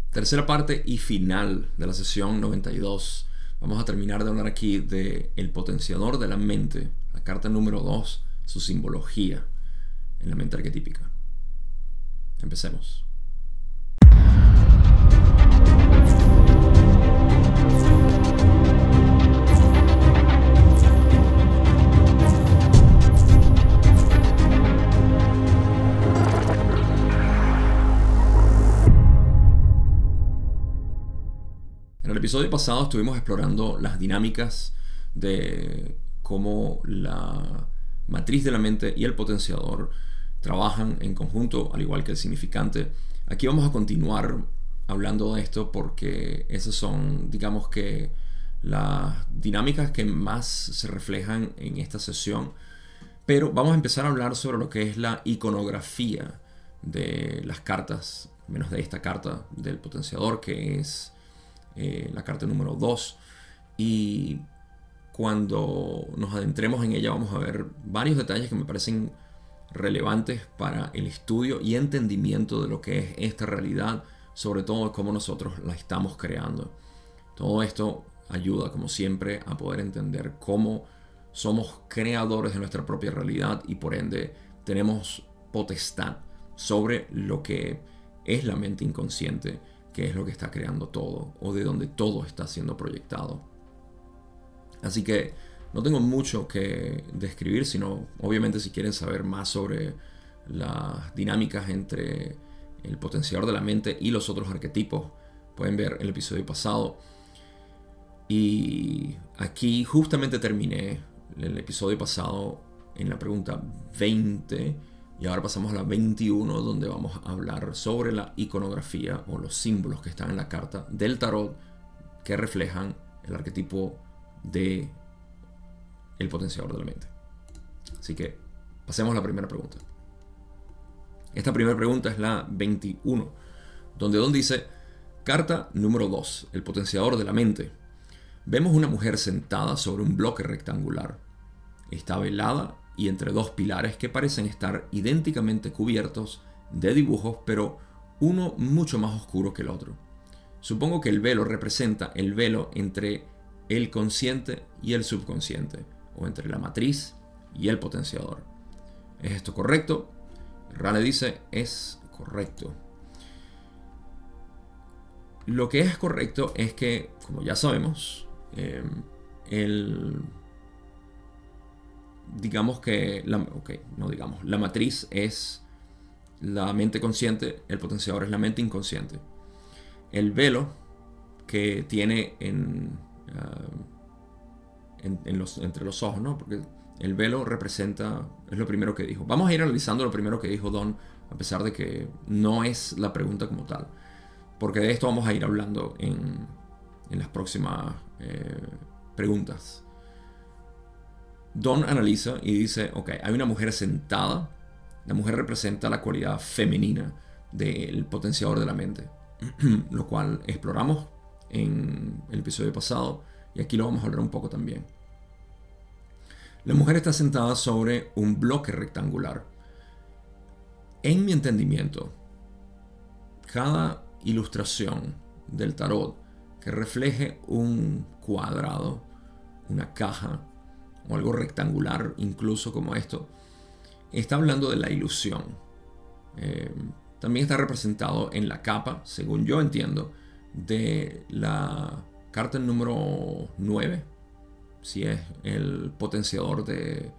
Tercera parte y final de la sesión 92. Vamos a terminar de hablar aquí de el potenciador de la mente, la carta número 2, su simbología en la mente arquetípica. Empecemos. En el episodio pasado estuvimos explorando las dinámicas de cómo la matriz de la mente y el potenciador trabajan en conjunto, al igual que el significante. Aquí vamos a continuar hablando de esto porque esas son, digamos que, las dinámicas que más se reflejan en esta sesión. Pero vamos a empezar a hablar sobre lo que es la iconografía de las cartas, menos de esta carta del potenciador, que es la carta número 2, y cuando nos adentremos en ella vamos a ver varios detalles que me parecen relevantes para el estudio y entendimiento de lo que es esta realidad, sobre todo de cómo nosotros la estamos creando. Todo esto ayuda, como siempre, a poder entender cómo somos creadores de nuestra propia realidad y por ende tenemos potestad sobre lo que es la mente inconsciente, que es lo que está creando todo, o de donde todo está siendo proyectado. Así que no tengo mucho que describir, sino obviamente si quieren saber más sobre las dinámicas entre el potenciador de la mente y los otros arquetipos, pueden ver el episodio pasado. Y aquí justamente terminé el episodio pasado en la pregunta 20. Y ahora pasamos a la 21, donde vamos a hablar sobre la iconografía o los símbolos que están en la carta del tarot que reflejan el arquetipo de el potenciador de la mente. Así que pasemos a la primera pregunta. Esta primera pregunta es la 21, donde Don dice: carta número 2, el potenciador de la mente. Vemos una mujer sentada sobre un bloque rectangular. Está velada y entre dos pilares que parecen estar idénticamente cubiertos de dibujos, pero uno mucho más oscuro que el otro. Supongo que el velo representa el velo entre el consciente y el subconsciente, o entre la matriz y el potenciador. ¿Es esto correcto? Rane dice: es correcto. Lo que es correcto es que, como ya sabemos, la matriz es la mente consciente, el potenciador es la mente inconsciente. El velo que tiene entre los ojos, ¿no? Porque el velo representa, es lo primero que dijo. Vamos a ir analizando lo primero que dijo Don, a pesar de que no es la pregunta como tal, porque de esto vamos a ir hablando en las próximas preguntas. Don analiza y dice: ok, hay una mujer sentada. La mujer representa la cualidad femenina del potenciador de la mente, lo cual exploramos en el episodio pasado y aquí lo vamos a hablar un poco también. La mujer está sentada sobre un bloque rectangular. En mi entendimiento, cada ilustración del tarot que refleje un cuadrado, una caja o algo rectangular, incluso como esto, está hablando de la ilusión. También está representado en la capa, según yo entiendo, de la carta número 9, si es el potenciador del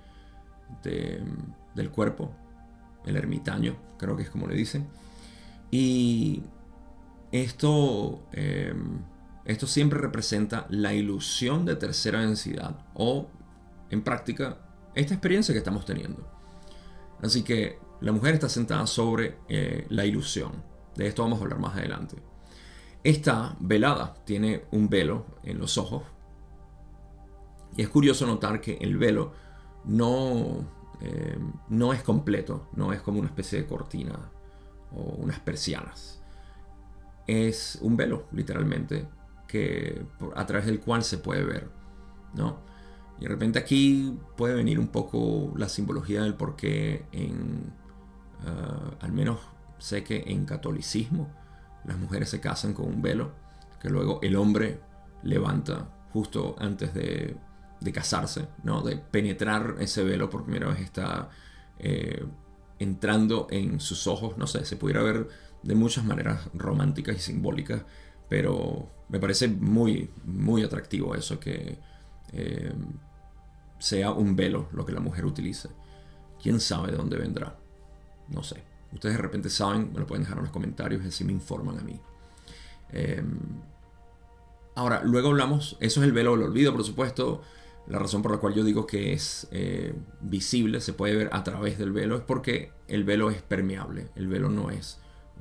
cuerpo, el ermitaño, creo que es como le dicen. Y esto siempre representa la ilusión de tercera densidad, o en práctica esta experiencia que estamos teniendo. Así que la mujer está sentada sobre la ilusión. De esto vamos a hablar más adelante. Está velada, tiene un velo en los ojos. Y es curioso notar que el velo no es completo, no es como una especie de cortina o unas persianas. Es un velo, literalmente, a través del cual se puede ver, ¿no? Y de repente aquí puede venir un poco la simbología del por qué al menos sé que en catolicismo las mujeres se casan con un velo que luego el hombre levanta justo antes de casarse, ¿no? De penetrar ese velo por primera vez, está entrando en sus ojos. No sé, se pudiera ver de muchas maneras románticas y simbólicas, pero me parece muy, muy atractivo eso, que sea un velo lo que la mujer utilice. ¿Quién sabe de dónde vendrá? No sé. Ustedes de repente saben, me lo pueden dejar en los comentarios y así me informan a mí. Ahora, luego hablamos, eso es el velo del olvido, por supuesto. La razón por la cual yo digo que es visible, se puede ver a través del velo, es porque el velo es permeable. El velo no es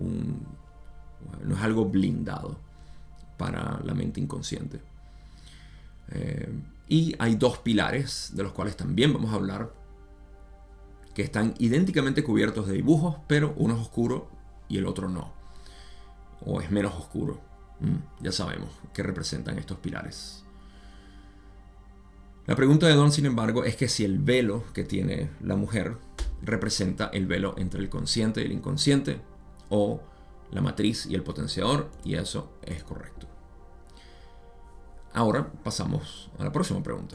algo blindado para la mente inconsciente. Y hay dos pilares de los cuales también vamos a hablar, que están idénticamente cubiertos de dibujos, pero uno es oscuro y el otro no, o es menos oscuro. Ya sabemos qué representan estos pilares. La pregunta de Don, sin embargo, es que si el velo que tiene la mujer representa el velo entre el consciente y el inconsciente, o la matriz y el potenciador, y eso es correcto. Ahora pasamos a la próxima pregunta.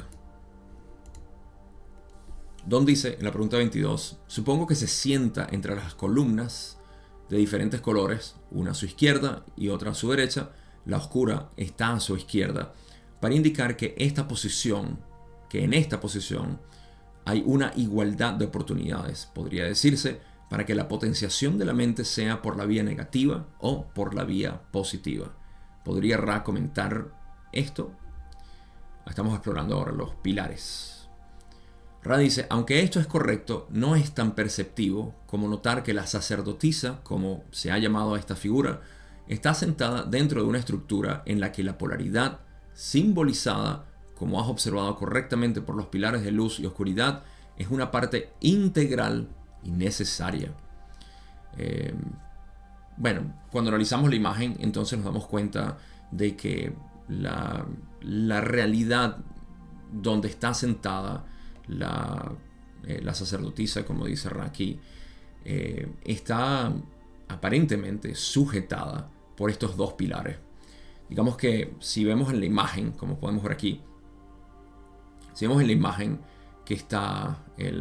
Don dice en la pregunta 22, supongo que se sienta entre las columnas de diferentes colores, una a su izquierda y otra a su derecha. La oscura está a su izquierda, para indicar que en esta posición hay una igualdad de oportunidades, podría decirse, para que la potenciación de la mente sea por la vía negativa o por la vía positiva. ¿Podría Ra comentar esto? Estamos explorando ahora los pilares. Ra dice, aunque esto es correcto, no es tan perceptivo como notar que la sacerdotisa, como se ha llamado a esta figura, está sentada dentro de una estructura en la que la polaridad simbolizada, como has observado correctamente por los pilares de luz y oscuridad, es una parte integral y necesaria. Bueno, cuando analizamos la imagen, entonces nos damos cuenta de que la realidad donde está sentada la sacerdotisa, como dice Ra aquí, está aparentemente sujetada por estos dos pilares. Digamos que si vemos en la imagen, como podemos ver aquí, si vemos en la imagen que están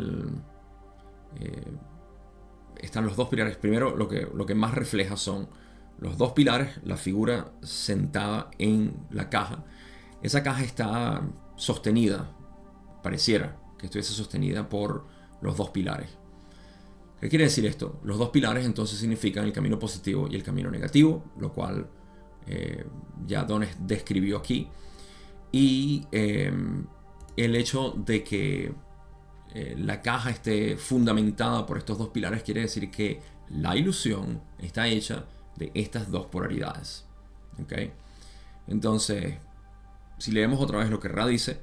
los dos pilares, primero lo que más refleja son los dos pilares, la figura sentada en la caja. Esa caja está sostenida, pareciera que estuviese sostenida por los dos pilares. ¿Qué quiere decir esto? Los dos pilares entonces significan el camino positivo y el camino negativo, lo cual ya Don describió aquí. Y el hecho de que la caja esté fundamentada por estos dos pilares quiere decir que la ilusión está hecha de estas dos polaridades. ¿Okay? Entonces, si leemos otra vez lo que Ra dice,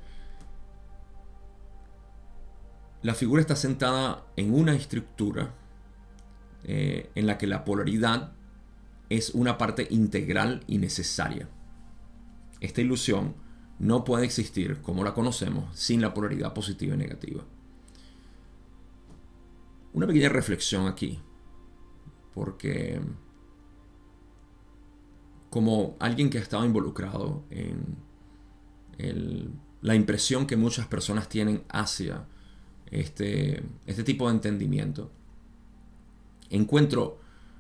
la figura está sentada en una estructura en la que la polaridad es una parte integral y necesaria. Esta ilusión no puede existir como la conocemos sin la polaridad positiva y negativa. Una pequeña reflexión aquí, porque como alguien que ha estado involucrado en la impresión que muchas personas tienen hacia este tipo de entendimiento, encuentro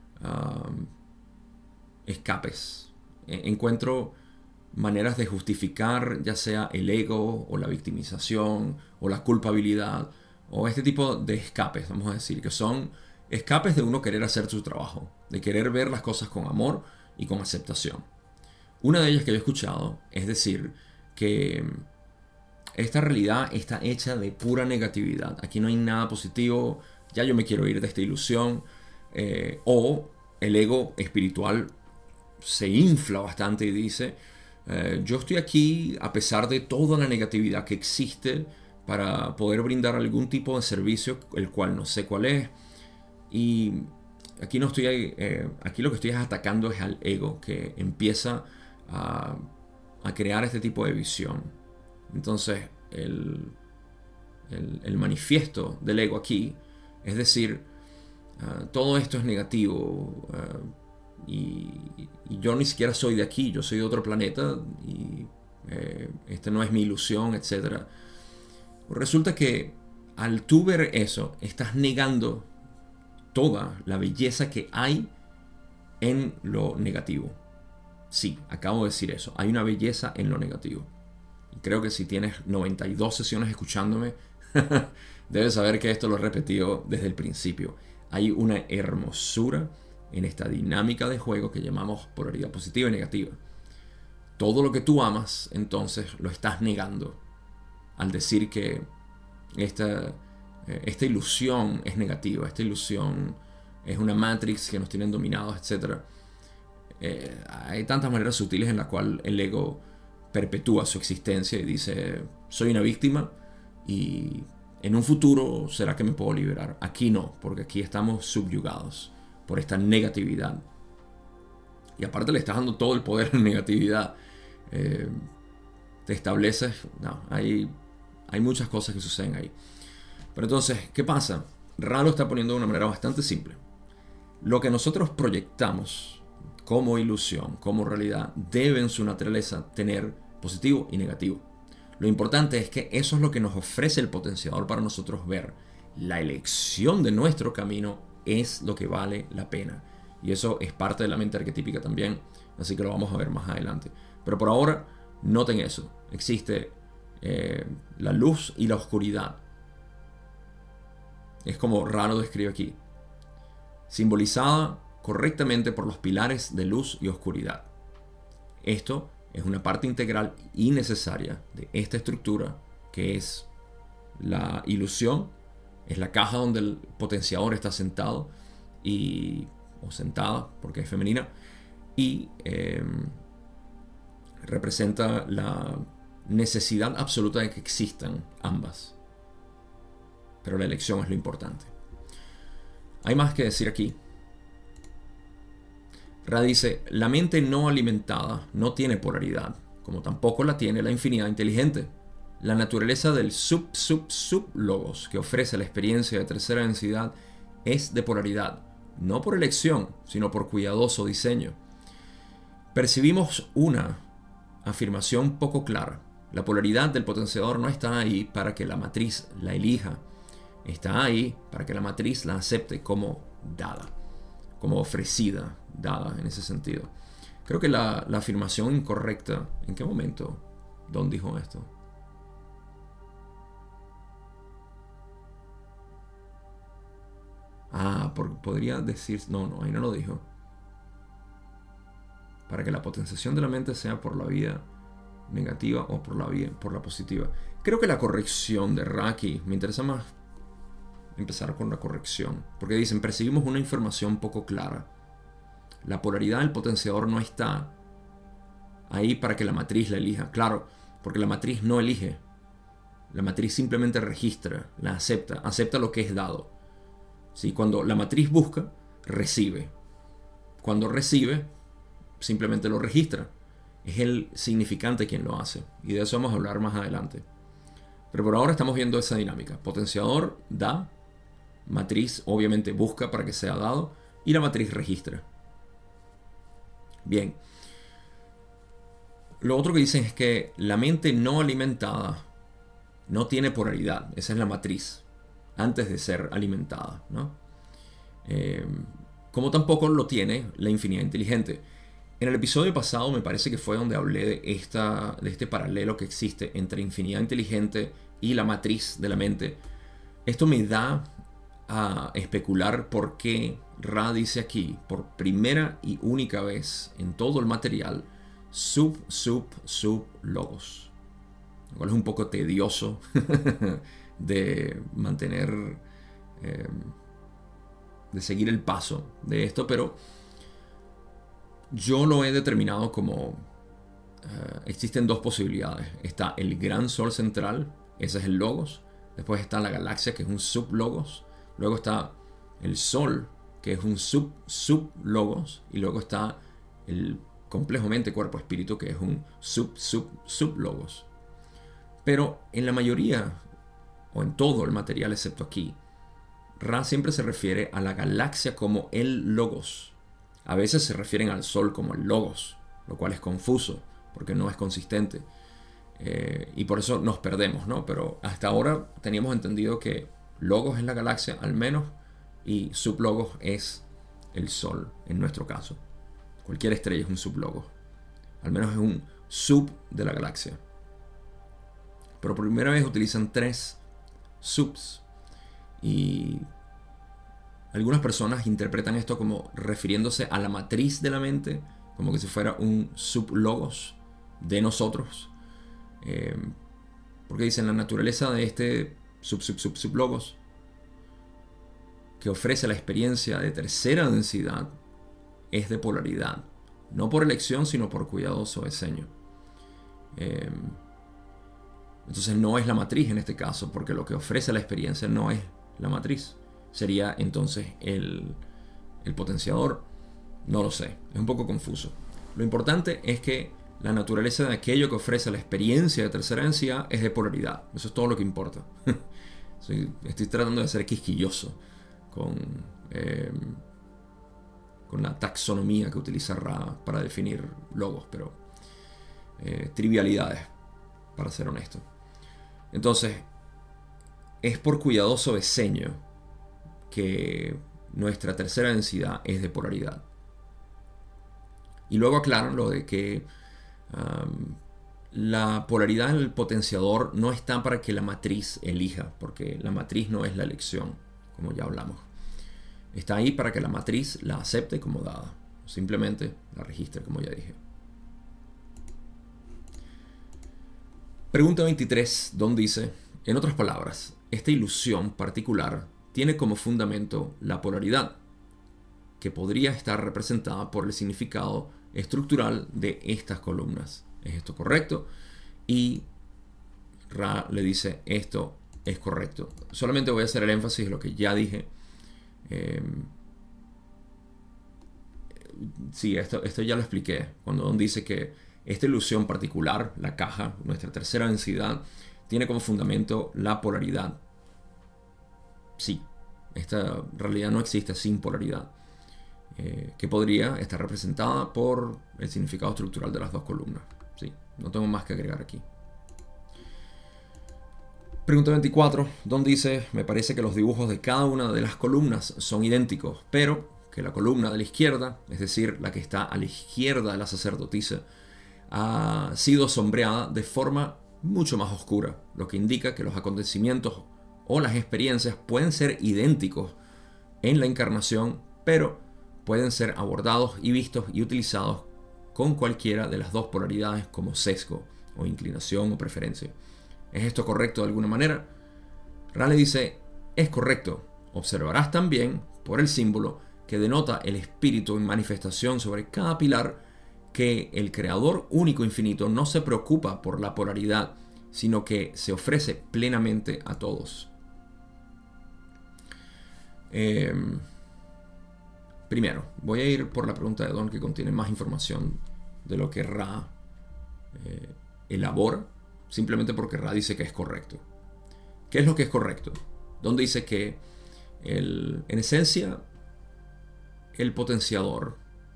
escapes, encuentro maneras de justificar ya sea el ego o la victimización o la culpabilidad o este tipo de escapes, vamos a decir, que son escapes de uno querer hacer su trabajo, de querer ver las cosas con amor y con aceptación. Una de ellas que yo he escuchado es decir que esta realidad está hecha de pura negatividad, aquí no hay nada positivo, ya yo me quiero ir de esta ilusión, o el ego espiritual se infla bastante y dice, yo estoy aquí a pesar de toda la negatividad que existe para poder brindar algún tipo de servicio, el cual no sé cuál es. Y aquí no estoy, aquí lo que estoy atacando es al ego, que empieza a crear este tipo de visión. Entonces, el manifiesto del ego aquí es decir, todo esto es negativo, y yo ni siquiera soy de aquí, yo soy de otro planeta y esta no es mi ilusión, etc. Resulta que al tú ver eso, estás negando toda la belleza que hay en lo negativo. Sí, acabo de decir eso. Hay una belleza en lo negativo. Y creo que si tienes 92 sesiones escuchándome, debes saber que esto lo he repetido desde el principio. Hay una hermosura en esta dinámica de juego que llamamos polaridad positiva y negativa. Todo lo que tú amas, entonces, lo estás negando al decir que esta ilusión es negativa, esta ilusión es una matrix que nos tienen dominados, etc. Hay tantas maneras sutiles en las cuales el ego perpetúa su existencia y dice, soy una víctima y en un futuro será que me puedo liberar. Aquí no, porque aquí estamos subyugados por esta negatividad. Y aparte le estás dando todo el poder a la negatividad. Te estableces... No, hay muchas cosas que suceden ahí. Pero entonces, ¿qué pasa? Ra lo está poniendo de una manera bastante simple. Lo que nosotros proyectamos como ilusión, como realidad, debe en su naturaleza tener positivo y negativo. Lo importante es que eso es lo que nos ofrece el potenciador para nosotros ver. La elección de nuestro camino es lo que vale la pena. Y eso es parte de la mente arquetípica también, así que lo vamos a ver más adelante. Pero por ahora, noten eso. Existe la luz y la oscuridad. Es como Ra lo describe aquí. Simbolizada correctamente por los pilares de luz y oscuridad. Esto es una parte integral y necesaria de esta estructura que es la ilusión, es la caja donde el potenciador está sentado o sentada porque es femenina y representa la necesidad absoluta de que existan ambas. Pero la elección es lo importante. Hay más que decir aquí. Ra dice, la mente no alimentada no tiene polaridad, como tampoco la tiene la infinidad inteligente. La naturaleza del sub-logos que ofrece la experiencia de tercera densidad es de polaridad, no por elección, sino por cuidadoso diseño. Percibimos una afirmación poco clara. La polaridad del potenciador no está ahí para que la matriz la elija. Está ahí para que la matriz la acepte como dada, como ofrecida, dada en ese sentido. Creo que la afirmación incorrecta, ¿en qué momento Don dijo esto? Podría decir, no, ahí no lo dijo. Para que la potenciación de la mente sea por la vía negativa o por la positiva. Creo que la corrección de Raki, me interesa más empezar con la corrección, porque dicen, percibimos una información poco clara. La polaridad del potenciador no está ahí para que la matriz la elija. Claro, porque la matriz no elige. La matriz simplemente registra, la acepta lo que es dado. ¿Sí? Cuando la matriz busca, recibe. Cuando recibe, simplemente lo registra. Es el significante quien lo hace. Y de eso vamos a hablar más adelante. Pero por ahora estamos viendo esa dinámica. Potenciador da, matriz obviamente busca para que sea dado y la matriz registra. Bien. Lo otro que dicen es que la mente no alimentada no tiene polaridad. Esa es la matriz antes de ser alimentada, ¿no? Como tampoco lo tiene la infinidad inteligente. En el episodio pasado me parece que fue donde hablé de este paralelo que existe entre infinidad inteligente y la matriz de la mente. Esto me da a especular por qué Ra dice aquí, por primera y única vez en todo el material, sub-logos. Lo cual es un poco tedioso de mantener, de seguir el paso de esto, pero yo lo he determinado como existen dos posibilidades. Está el gran sol central, ese es el logos. Después está la galaxia, que es un sublogos. Luego está el sol, que es un sublogos. Y luego está el complejo mente, cuerpo, espíritu, que es un sublogos. Pero en la mayoría, o en todo el material excepto aquí, Ra siempre se refiere a la galaxia como el logos, A veces se refieren al Sol como el Logos, lo cual es confuso porque no es consistente. Y por eso nos perdemos, ¿no? Pero hasta ahora teníamos entendido que Logos es la galaxia al menos y sublogos es el Sol en nuestro caso. Cualquier estrella es un sublogos. Al menos es un sub de la galaxia. Pero por primera vez utilizan 3 subs. Y algunas personas interpretan esto como refiriéndose a la matriz de la mente, como que si fuera un sublogos de nosotros. Porque dicen la naturaleza de este sublogos que ofrece la experiencia de tercera densidad es de polaridad, no por elección sino por cuidadoso diseño. Entonces no es la matriz en este caso, porque lo que ofrece la experiencia no es la matriz. Sería entonces el potenciador. No lo sé, es un poco confuso. Lo importante es que la naturaleza de aquello que ofrece la experiencia de tercera densidad es de polaridad. Eso es todo lo que importa. Estoy tratando de ser quisquilloso con la taxonomía que utiliza Ra para definir logos, pero trivialidades, para ser honesto. Entonces, es por cuidadoso diseño que nuestra tercera densidad es de polaridad. Y luego aclaran lo de que la polaridad en el potenciador no está para que la matriz elija, porque la matriz no es la elección, como ya hablamos. Está ahí para que la matriz la acepte como dada, simplemente la registre, como ya dije. Pregunta 23, Don dice: en otras palabras, esta ilusión particular tiene como fundamento la polaridad, que podría estar representada por el significado estructural de estas columnas. ¿Es esto correcto? Y Ra le dice: esto es correcto. Solamente voy a hacer el énfasis de lo que ya dije. Sí, esto ya lo expliqué. Cuando Don dice que esta ilusión particular, la caja, nuestra tercera densidad, tiene como fundamento la polaridad. Sí, esta realidad no existe sin polaridad, que podría estar representada por el significado estructural de las dos columnas. Sí, no tengo más que agregar aquí. Pregunta 24, Don dice: me parece que los dibujos de cada una de las columnas son idénticos, pero que la columna de la izquierda, es decir, la que está a la izquierda de la sacerdotisa, ha sido sombreada de forma mucho más oscura, lo que indica que los acontecimientos o las experiencias pueden ser idénticos en la encarnación, pero pueden ser abordados y vistos y utilizados con cualquiera de las dos polaridades como sesgo o inclinación o preferencia. ¿Es esto correcto de alguna manera? Ra le dice: es correcto. Observarás también, por el símbolo que denota el espíritu en manifestación sobre cada pilar, que el Creador único infinito no se preocupa por la polaridad, sino que se ofrece plenamente a todos. Primero, voy a ir por la pregunta de Don, que contiene más información de lo que Ra elabora, simplemente porque Ra dice que es correcto. ¿Qué es lo que es correcto? Don dice que en esencia el potenciador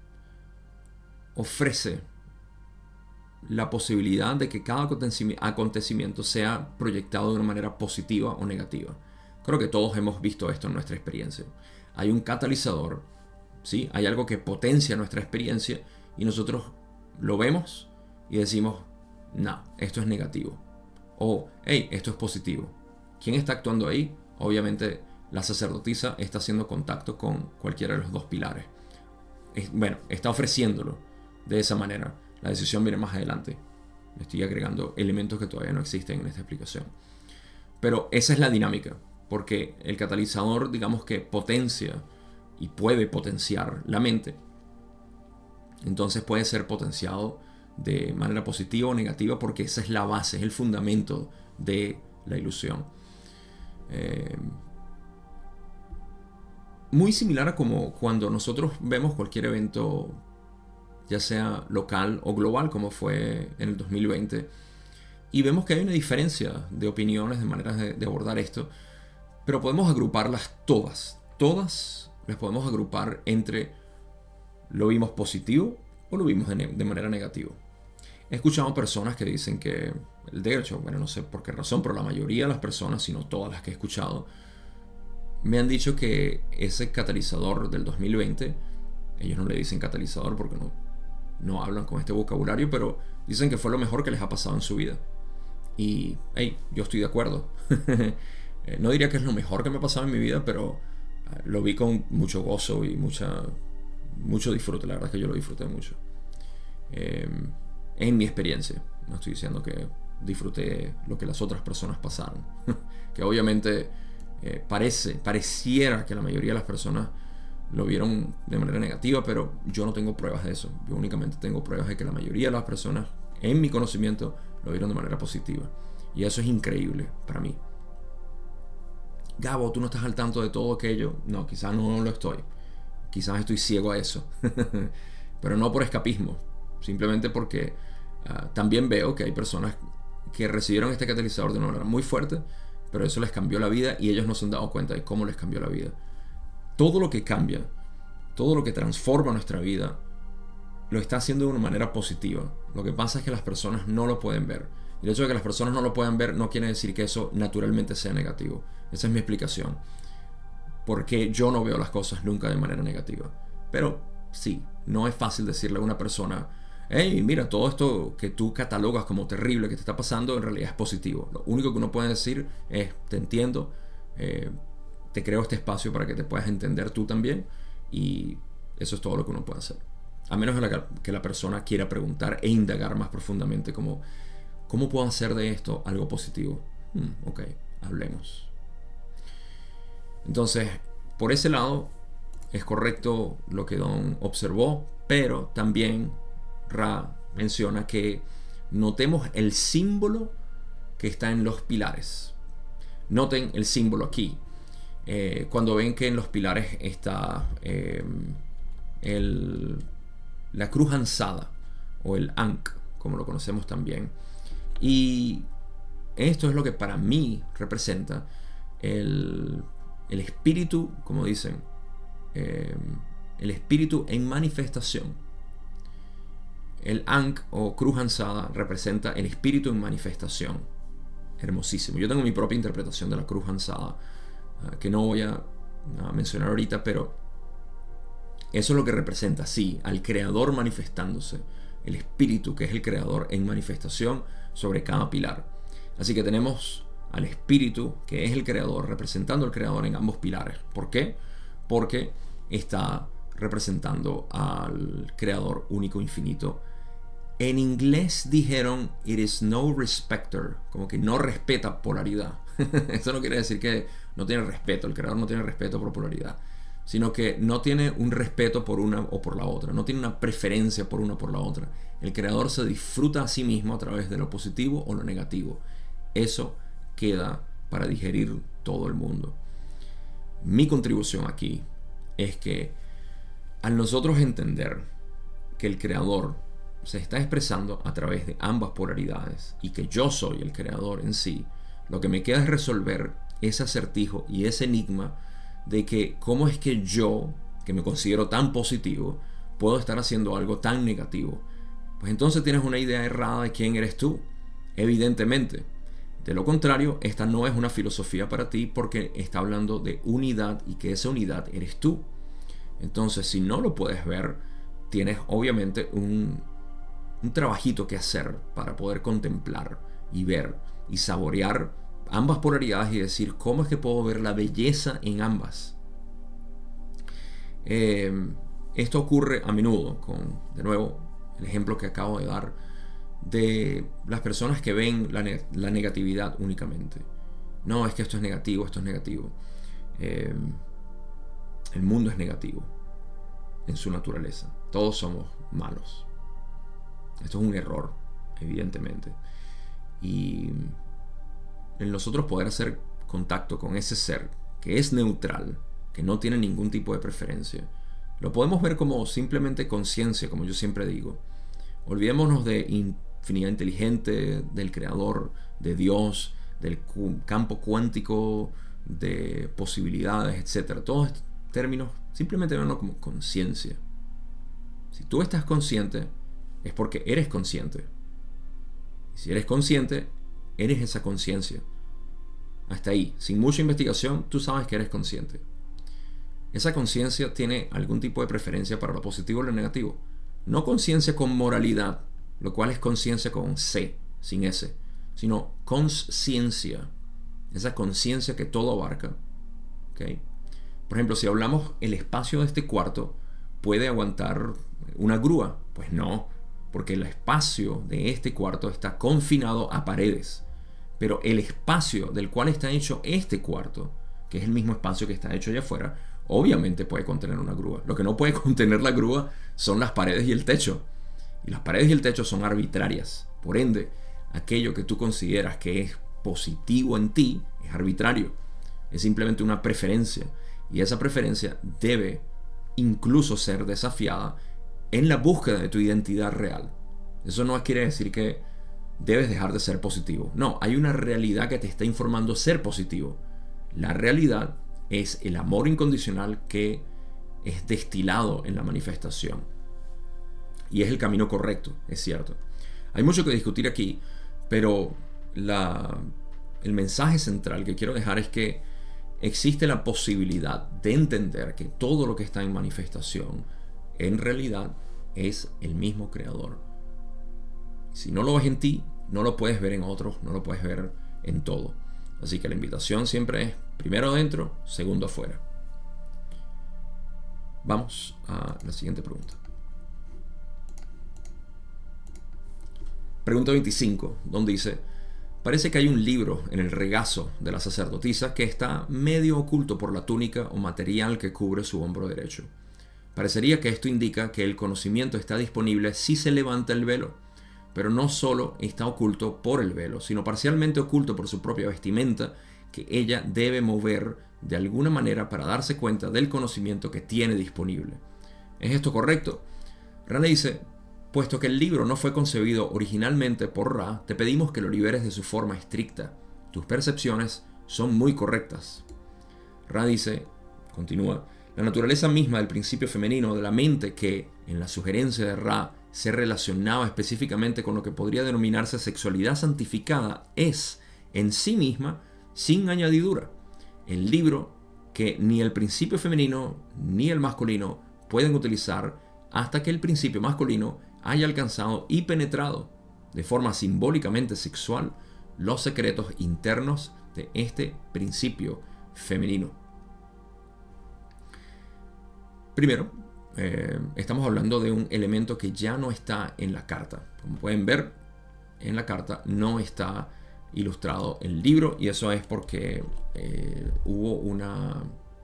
ofrece la posibilidad de que cada acontecimiento sea proyectado de una manera positiva o negativa. Creo que todos hemos visto esto en nuestra experiencia. Hay un catalizador, ¿sí? Hay algo que potencia nuestra experiencia y nosotros lo vemos y decimos: no, esto es negativo. O, hey, esto es positivo. ¿Quién está actuando ahí? Obviamente la sacerdotisa está haciendo contacto con cualquiera de los dos pilares. Bueno, está ofreciéndolo de esa manera. La decisión viene más adelante. Le estoy agregando elementos que todavía no existen en esta explicación. Pero esa es la dinámica, porque el catalizador, digamos que potencia y puede potenciar la mente. Entonces puede ser potenciado de manera positiva o negativa, porque esa es la base, es el fundamento de la ilusión. Muy similar a como cuando nosotros vemos cualquier evento, ya sea local o global, como fue en el 2020, y vemos que hay una diferencia de opiniones, de maneras de abordar esto, pero podemos agruparlas todas las podemos agrupar entre ¿Lo vimos positivo o lo vimos de manera negativa? He escuchado personas que dicen que, de hecho, bueno, no sé por qué razón, pero la mayoría de las personas, si no todas las que he escuchado, me han dicho que ese catalizador del 2020, ellos no le dicen catalizador porque no hablan con este vocabulario, pero dicen que fue lo mejor que les ha pasado en su vida. Y, hey, yo estoy de acuerdo. No diría que es lo mejor que me ha pasado en mi vida, pero lo vi con mucho gozo y mucho disfrute. La verdad es que yo lo disfruté mucho. En mi experiencia. No estoy diciendo que disfruté lo que las otras personas pasaron. Que obviamente pareciera que la mayoría de las personas lo vieron de manera negativa, pero yo no tengo pruebas de eso. Yo únicamente tengo pruebas de que la mayoría de las personas, en mi conocimiento, lo vieron de manera positiva. Y eso es increíble para mí. Gabo, ¿tú no estás al tanto de todo aquello? No, quizás no lo estoy. Quizás estoy ciego a eso. Pero no por escapismo. Simplemente porque también veo que hay personas que recibieron este catalizador de una manera muy fuerte, pero eso les cambió la vida y ellos no se han dado cuenta de cómo les cambió la vida. Todo lo que cambia, todo lo que transforma nuestra vida, lo está haciendo de una manera positiva. Lo que pasa es que las personas no lo pueden ver. Y el hecho de que las personas no lo puedan ver no quiere decir que eso naturalmente sea negativo. Esa es mi explicación. Porque yo no veo las cosas nunca de manera negativa. Pero sí, no es fácil decirle a una persona: hey, mira, todo esto que tú catalogas como terrible que te está pasando en realidad es positivo. Lo único que uno puede decir es: te entiendo, te creo este espacio para que te puedas entender tú también, y eso es todo lo que uno puede hacer. A menos que la persona quiera preguntar e indagar más profundamente como: ¿cómo puedo hacer de esto algo positivo? Ok, hablemos. Entonces, por ese lado, es correcto lo que Don observó, pero también Ra menciona que notemos el símbolo que está en los pilares. Noten el símbolo aquí. Cuando ven que en los pilares está la cruz ansada, o el Ankh, como lo conocemos también. Y esto es lo que para mí representa el espíritu, como dicen, el espíritu en manifestación. El Ankh o cruz ansada representa el espíritu en manifestación. Hermosísimo. Yo tengo mi propia interpretación de la cruz ansada, que no voy a mencionar ahorita, pero eso es lo que representa, sí, al creador manifestándose, el espíritu que es el creador en manifestación sobre cada pilar. Así que tenemos al espíritu que es el creador, representando al creador en ambos pilares. ¿Por qué? Porque está representando al creador único, infinito. En inglés dijeron "it is no respecter", como que no respeta polaridad. Eso no quiere decir que no tiene respeto, el creador no tiene respeto por polaridad, sino que no tiene un respeto por una o por la otra, no tiene una preferencia por una o por la otra. El creador se disfruta a sí mismo a través de lo positivo o lo negativo. Eso queda para digerir todo el mundo. Mi contribución aquí es que al nosotros entender que el creador se está expresando a través de ambas polaridades y que yo soy el creador en sí, lo que me queda es resolver ese acertijo y ese enigma de que cómo es que yo, que me considero tan positivo, puedo estar haciendo algo tan negativo. Pues entonces tienes una idea errada de quién eres tú, evidentemente. De lo contrario, esta no es una filosofía para ti, porque está hablando de unidad y que esa unidad eres tú. Entonces, si no lo puedes ver, tienes obviamente un trabajito que hacer para poder contemplar y ver y saborear ambas polaridades y decir: ¿cómo es que puedo ver la belleza en ambas? Esto ocurre a menudo con, de nuevo, el ejemplo que acabo de dar de las personas que ven la negatividad únicamente. No, es que esto es negativo, esto es negativo. El mundo es negativo en su naturaleza. Todos somos malos. Esto es un error, evidentemente. Y en nosotros poder hacer contacto con ese ser que es neutral, que no tiene ningún tipo de preferencia, lo podemos ver como simplemente conciencia, como yo siempre digo. Olvidémonos de infinidad inteligente, del creador, de Dios, del campo cuántico, de posibilidades, etc. Todos estos términos, simplemente verlo como conciencia. Si tú estás consciente, es porque eres consciente. Y si eres consciente, eres esa conciencia. Hasta ahí, sin mucha investigación, tú sabes que eres consciente. Esa conciencia tiene algún tipo de preferencia para lo positivo o lo negativo. No conciencia con moralidad, lo cual es conciencia con C, sin S, sino consciencia. Esa conciencia que todo abarca. ¿Okay? Por ejemplo, si hablamos el espacio de este cuarto, ¿puede aguantar una grúa? Pues no, porque el espacio de este cuarto está confinado a paredes. Pero el espacio del cual está hecho este cuarto, que es el mismo espacio que está hecho allá afuera, obviamente puede contener una grúa. Lo que no puede contener la grúa son las paredes y el techo. Y las paredes y el techo son arbitrarias. Por ende, aquello que tú consideras que es positivo en ti es arbitrario. Es simplemente una preferencia. Y esa preferencia debe incluso ser desafiada en la búsqueda de tu identidad real. Eso no quiere decir que debes dejar de ser positivo. No, hay una realidad que te está informando ser positivo. La realidad es el amor incondicional que es destilado en la manifestación. Y es el camino correcto, es cierto. Hay mucho que discutir aquí, pero el mensaje central que quiero dejar es que existe la posibilidad de entender que todo lo que está en manifestación en realidad es el mismo creador. Si no lo ves en ti, no lo puedes ver en otros, no lo puedes ver en todo. Así que la invitación siempre es primero adentro, segundo afuera. Vamos a la siguiente pregunta. Pregunta 25, donde dice: parece que hay un libro en el regazo de la sacerdotisa que está medio oculto por la túnica o material que cubre su hombro derecho. Parecería que esto indica que el conocimiento está disponible si se levanta el velo, pero no solo está oculto por el velo, sino parcialmente oculto por su propia vestimenta, que ella debe mover de alguna manera para darse cuenta del conocimiento que tiene disponible. ¿Es esto correcto? Ra le dice: puesto que el libro no fue concebido originalmente por Ra, te pedimos que lo liberes de su forma estricta. Tus percepciones son muy correctas. Ra dice, continúa: la naturaleza misma del principio femenino de la mente que, en la sugerencia de Ra, se relacionaba específicamente con lo que podría denominarse sexualidad santificada, es, en sí misma, sin añadidura, el libro que ni el principio femenino ni el masculino pueden utilizar hasta que el principio masculino haya alcanzado y penetrado de forma simbólicamente sexual los secretos internos de este principio femenino. Primero, estamos hablando de un elemento que ya no está en la carta. Como pueden ver, en la carta no está ilustrado el libro, y eso es porque hubo una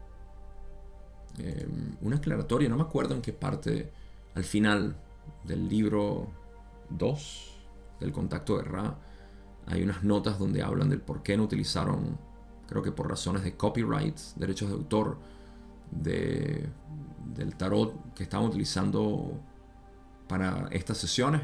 aclaratoria, no me acuerdo en qué parte, al final del libro 2 del Contacto de Ra, hay unas notas donde hablan del por qué no utilizaron, creo que por razones de copyright, derechos de autor, del tarot que estaban utilizando para estas sesiones,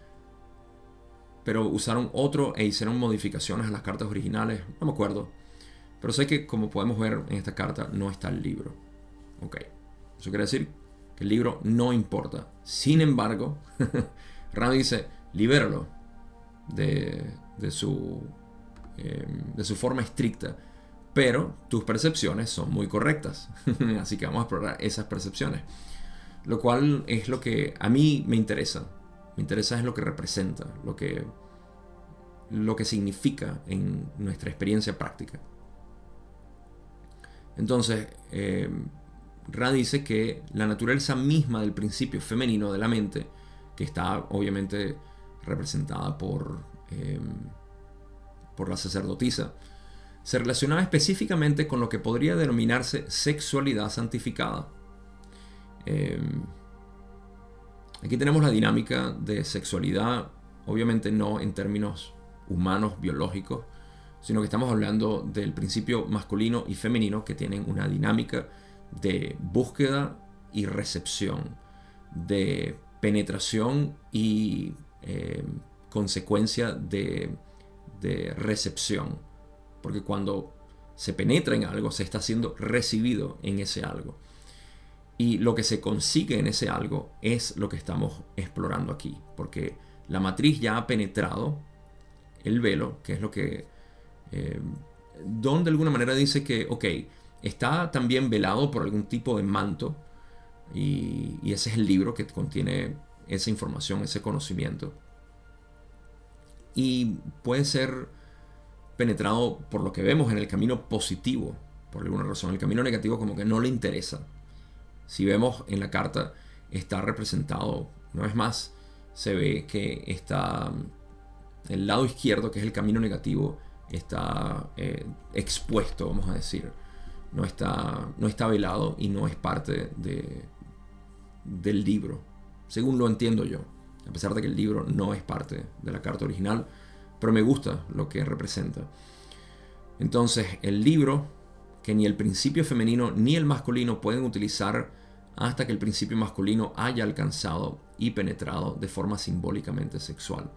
pero usaron otro e hicieron modificaciones a las cartas originales, no me acuerdo, pero sé que, como podemos ver en esta carta, no está el libro. Ok, eso quiere decir que el libro no importa. Sin embargo, Ra dice: libéralo de su forma estricta, pero tus percepciones son muy correctas. Así que vamos a explorar esas percepciones, lo cual es lo que a mí me interesa. Me interesa es lo que representa, lo que significa en nuestra experiencia práctica. Entonces, Ra dice que la naturaleza misma del principio femenino de la mente, que está obviamente representada por la sacerdotisa, se relacionaba específicamente con lo que podría denominarse sexualidad santificada. Aquí tenemos la dinámica de sexualidad, obviamente no en términos humanos, biológicos, sino que estamos hablando del principio masculino y femenino, que tienen una dinámica de búsqueda y recepción, de penetración y consecuencia de recepción, porque cuando se penetra en algo se está siendo recibido en ese algo. Y lo que se consigue en ese algo es lo que estamos explorando aquí, porque la matriz ya ha penetrado el velo, que es lo que Don de alguna manera dice que, ok, está también velado por algún tipo de manto, y ese es el libro que contiene esa información, ese conocimiento. Y puede ser penetrado por lo que vemos en el camino positivo, por alguna razón. El camino negativo como que no le interesa. Si vemos en la carta, está representado, una vez más, se ve que está el lado izquierdo, que es el camino negativo, está expuesto, vamos a decir. No está velado y no es parte del libro, según lo entiendo yo. A pesar de que el libro no es parte de la carta original, pero me gusta lo que representa. Entonces, el libro, que ni el principio femenino ni el masculino pueden utilizar hasta que el principio masculino haya alcanzado y penetrado de forma simbólicamente sexual.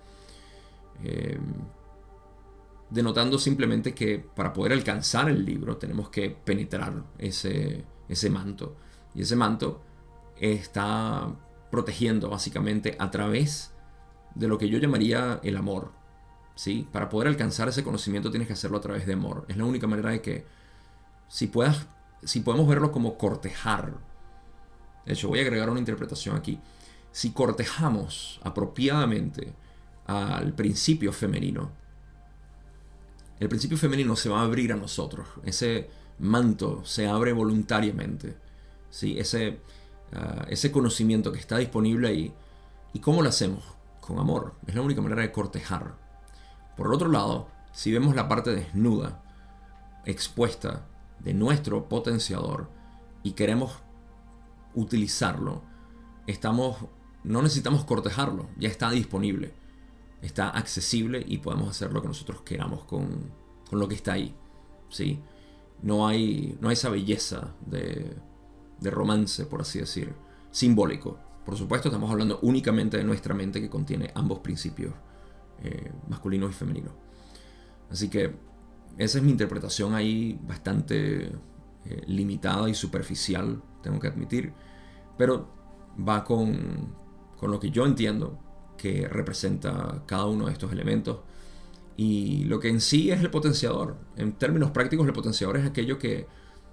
Denotando simplemente que para poder alcanzar el libro tenemos que penetrar ese manto. Y ese manto está protegiendo básicamente a través de lo que yo llamaría el amor. ¿Sí? Para poder alcanzar ese conocimiento tienes que hacerlo a través de amor. Es la única manera de que, si podemos verlo como cortejar. De hecho, voy a agregar una interpretación aquí. Si cortejamos apropiadamente al principio femenino, el principio femenino se va a abrir a nosotros. Ese manto se abre voluntariamente. ¿Sí? Ese conocimiento que está disponible ahí. ¿Y cómo lo hacemos? Con amor. Es la única manera de cortejar. Por el otro lado, si vemos la parte desnuda, expuesta de nuestro potenciador y queremos utilizarlo, no necesitamos cortejarlo, ya está disponible, está accesible y podemos hacer lo que nosotros queramos con lo que está ahí. ¿Sí? No hay esa belleza de romance, por así decir, simbólico. Por supuesto, estamos hablando únicamente de nuestra mente, que contiene ambos principios, masculino y femenino. Así que esa es mi interpretación ahí, bastante limitada y superficial, tengo que admitir, pero va con lo que yo entiendo que representa cada uno de estos elementos y lo que en sí es el potenciador. En términos prácticos, el potenciador es aquello que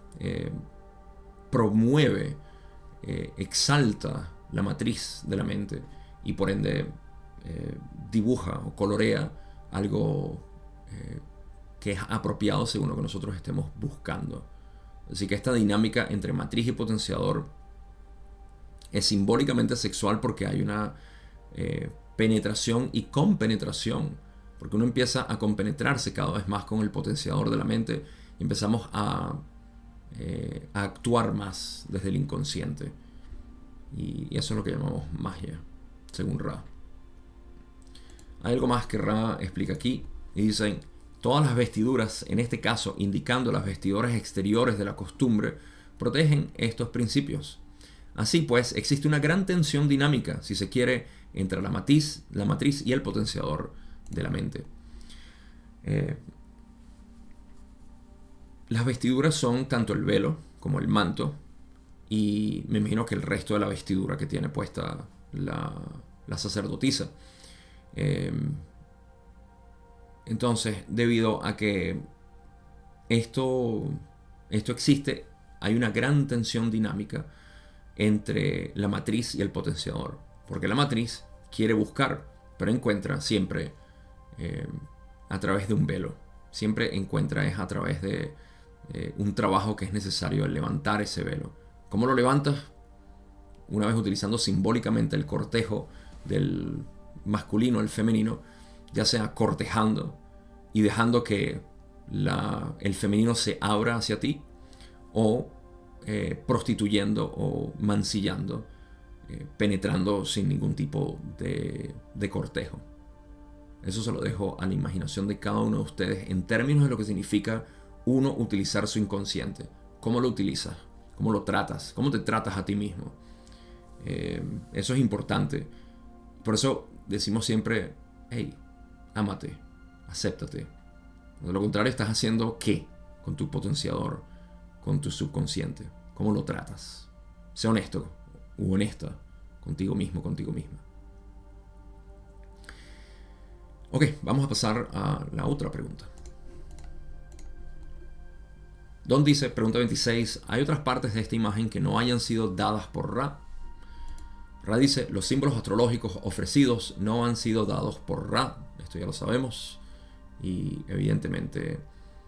promueve, exalta la matriz de la mente y por ende dibuja o colorea algo que es apropiado según lo que nosotros estemos buscando. Así que esta dinámica entre matriz y potenciador es simbólicamente sexual porque hay una penetración y compenetración, porque uno empieza a compenetrarse cada vez más con el potenciador de la mente y empezamos a actuar más desde el inconsciente, y eso es lo que llamamos magia, según Ra. Hay algo más que Ra explica aquí y dicen: todas las vestiduras, en este caso indicando las vestiduras exteriores de la costumbre, protegen estos principios. Así pues, existe una gran tensión dinámica, si se quiere, entre la matriz y el potenciador de la mente. Las vestiduras son tanto el velo como el manto, y me imagino que el resto de la vestidura que tiene puesta la sacerdotisa. Entonces, debido a que esto existe, hay una gran tensión dinámica entre la matriz y el potenciador, porque la matriz quiere buscar, pero encuentra siempre a través de un velo, siempre encuentra es a través de un trabajo que es necesario el levantar ese velo. ¿Cómo lo levantas? Una vez utilizando simbólicamente el cortejo del masculino al femenino, ya sea cortejando y dejando que el femenino se abra hacia ti, o prostituyendo o mancillando, penetrando sin ningún tipo de cortejo. Eso se lo dejo a la imaginación de cada uno de ustedes en términos de lo que significa uno utilizar su inconsciente. ¿Cómo lo utilizas? ¿Cómo lo tratas? ¿Cómo te tratas a ti mismo? Eso es importante. Por eso decimos siempre: hey, ámate, acéptate. De lo contrario, estás haciendo ¿qué? Con tu potenciador, con tu subconsciente. ¿Cómo lo tratas? Sé honesto u honesta contigo mismo, contigo misma. Ok, vamos a pasar a la otra pregunta. Don dice, pregunta 26, ¿hay otras partes de esta imagen que no hayan sido dadas por Ra? Ra dice, los símbolos astrológicos ofrecidos no han sido dados por Ra. Esto ya lo sabemos. Y evidentemente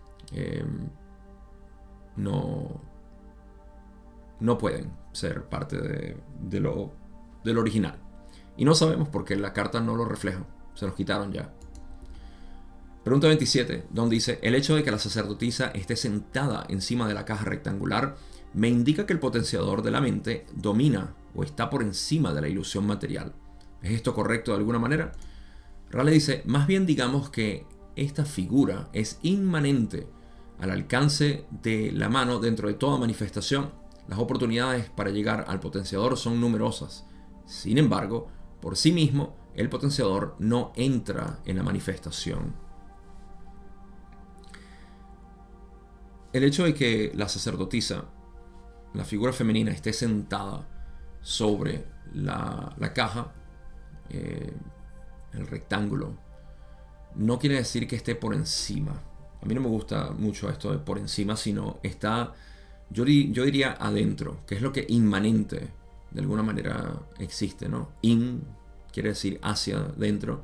no pueden ser parte de lo original. Y no sabemos por qué la carta no lo refleja. Se los quitaron ya. Pregunta 27, donde dice, el hecho de que la sacerdotisa esté sentada encima de la caja rectangular me indica que el potenciador de la mente domina o está por encima de la ilusión material. ¿Es esto correcto de alguna manera? Rale dice, más bien digamos que esta figura es inmanente al alcance de la mano dentro de toda manifestación. Las oportunidades para llegar al potenciador son numerosas. Sin embargo, por sí mismo, el potenciador no entra en la manifestación. El hecho de que la sacerdotisa, la figura femenina, esté sentada sobre la caja, el rectángulo, no quiere decir que esté por encima. A mí no me gusta mucho esto de por encima, sino está, yo diría adentro, que es lo que inmanente de alguna manera existe, ¿no? In quiere decir hacia dentro.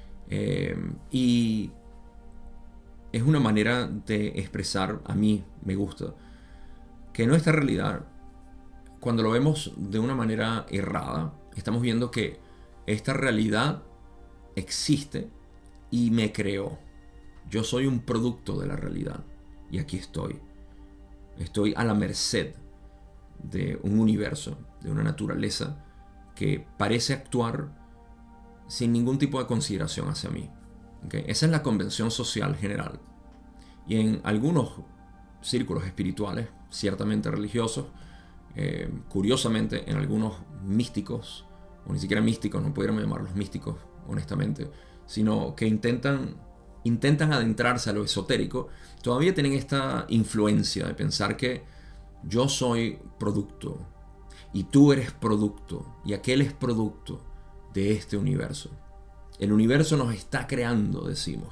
Y es una manera de expresar, a mí me gusta, que nuestra realidad, cuando lo vemos de una manera errada, estamos viendo que esta realidad existe y me creó. Yo soy un producto de la realidad y aquí estoy. Estoy a la merced de un universo, de una naturaleza que parece actuar sin ningún tipo de consideración hacia mí. ¿Okay? Esa es la convención social general. Y en algunos círculos espirituales, ciertamente religiosos, curiosamente en algunos místicos, o ni siquiera místicos, no pudiéramos llamarlos místicos, honestamente, sino que intentan adentrarse a lo esotérico, todavía tienen esta influencia de pensar que yo soy producto, y tú eres producto, y aquel es producto de este universo. El universo nos está creando, decimos.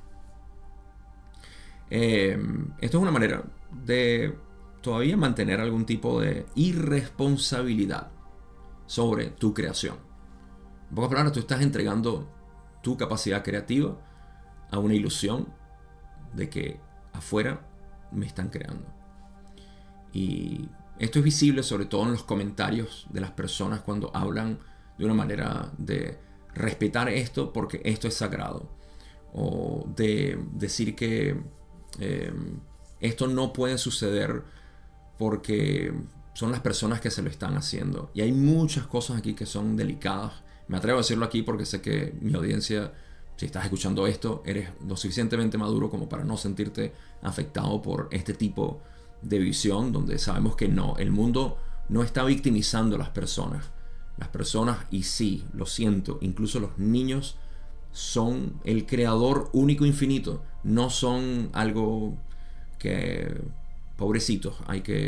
Esto es una manera de todavía mantener algún tipo de irresponsabilidad sobre tu creación. En pocas palabras, tú estás entregando tu capacidad creativa a una ilusión de que afuera me están creando. Y esto es visible sobre todo en los comentarios de las personas cuando hablan de una manera de respetar esto porque esto es sagrado, o de decir que esto no puede suceder porque son las personas que se lo están haciendo. Y hay muchas cosas aquí que son delicadas. Me atrevo a decirlo aquí porque sé que mi audiencia, si estás escuchando esto, eres lo suficientemente maduro como para no sentirte afectado por este tipo de visión, donde sabemos que no, el mundo no está victimizando a las personas. Las personas, y sí, lo siento, incluso los niños son el creador único infinito. No son algo que, pobrecitos,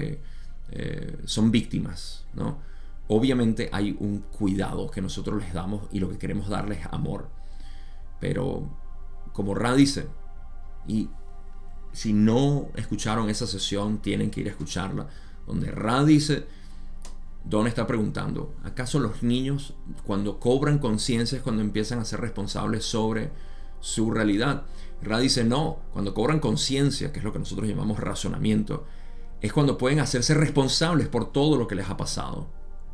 son víctimas, ¿no? Obviamente hay un cuidado que nosotros les damos y lo que queremos darles es amor. Pero como Ra dice, y si no escucharon esa sesión, tienen que ir a escucharla, donde Ra dice, Don está preguntando, ¿acaso los niños cuando cobran conciencia es cuando empiezan a ser responsables sobre su realidad? Ra dice, no, cuando cobran conciencia, que es lo que nosotros llamamos razonamiento, es cuando pueden hacerse responsables por todo lo que les ha pasado.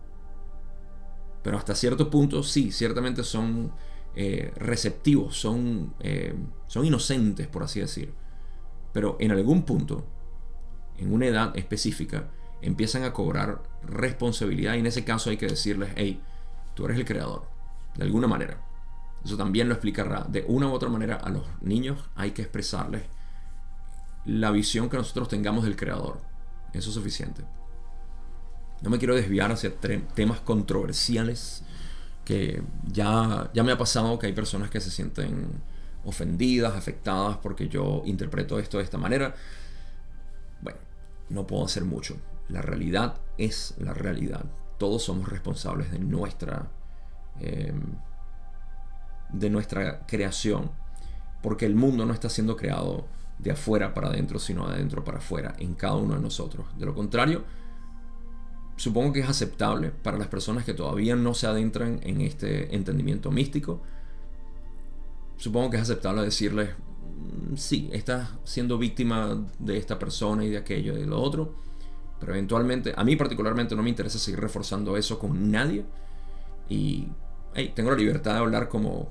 Pero hasta cierto punto, sí, ciertamente son receptivos, son inocentes, por así decir. Pero en algún punto, en una edad específica, empiezan a cobrar responsabilidad y en ese caso hay que decirles, hey, tú eres el creador, de alguna manera. Eso también lo explica Ra. De una u otra manera a los niños hay que expresarles la visión que nosotros tengamos del creador. Eso es suficiente. No me quiero desviar hacia temas controversiales que ya me ha pasado que hay personas que se sienten ofendidas, afectadas porque yo interpreto esto de esta manera. Bueno, no puedo hacer mucho. la realidad es la realidad. Todos somos responsables de nuestra creación, porque el mundo no está siendo creado de afuera para adentro, sino de adentro para afuera, en cada uno de nosotros. De lo contrario, supongo que es aceptable para las personas que todavía no se adentran en este entendimiento místico. Supongo que es aceptable decirles, sí, estás siendo víctima de esta persona y de aquello y de lo otro, pero eventualmente, a mí particularmente no me interesa seguir reforzando eso con nadie, y tengo la libertad de hablar como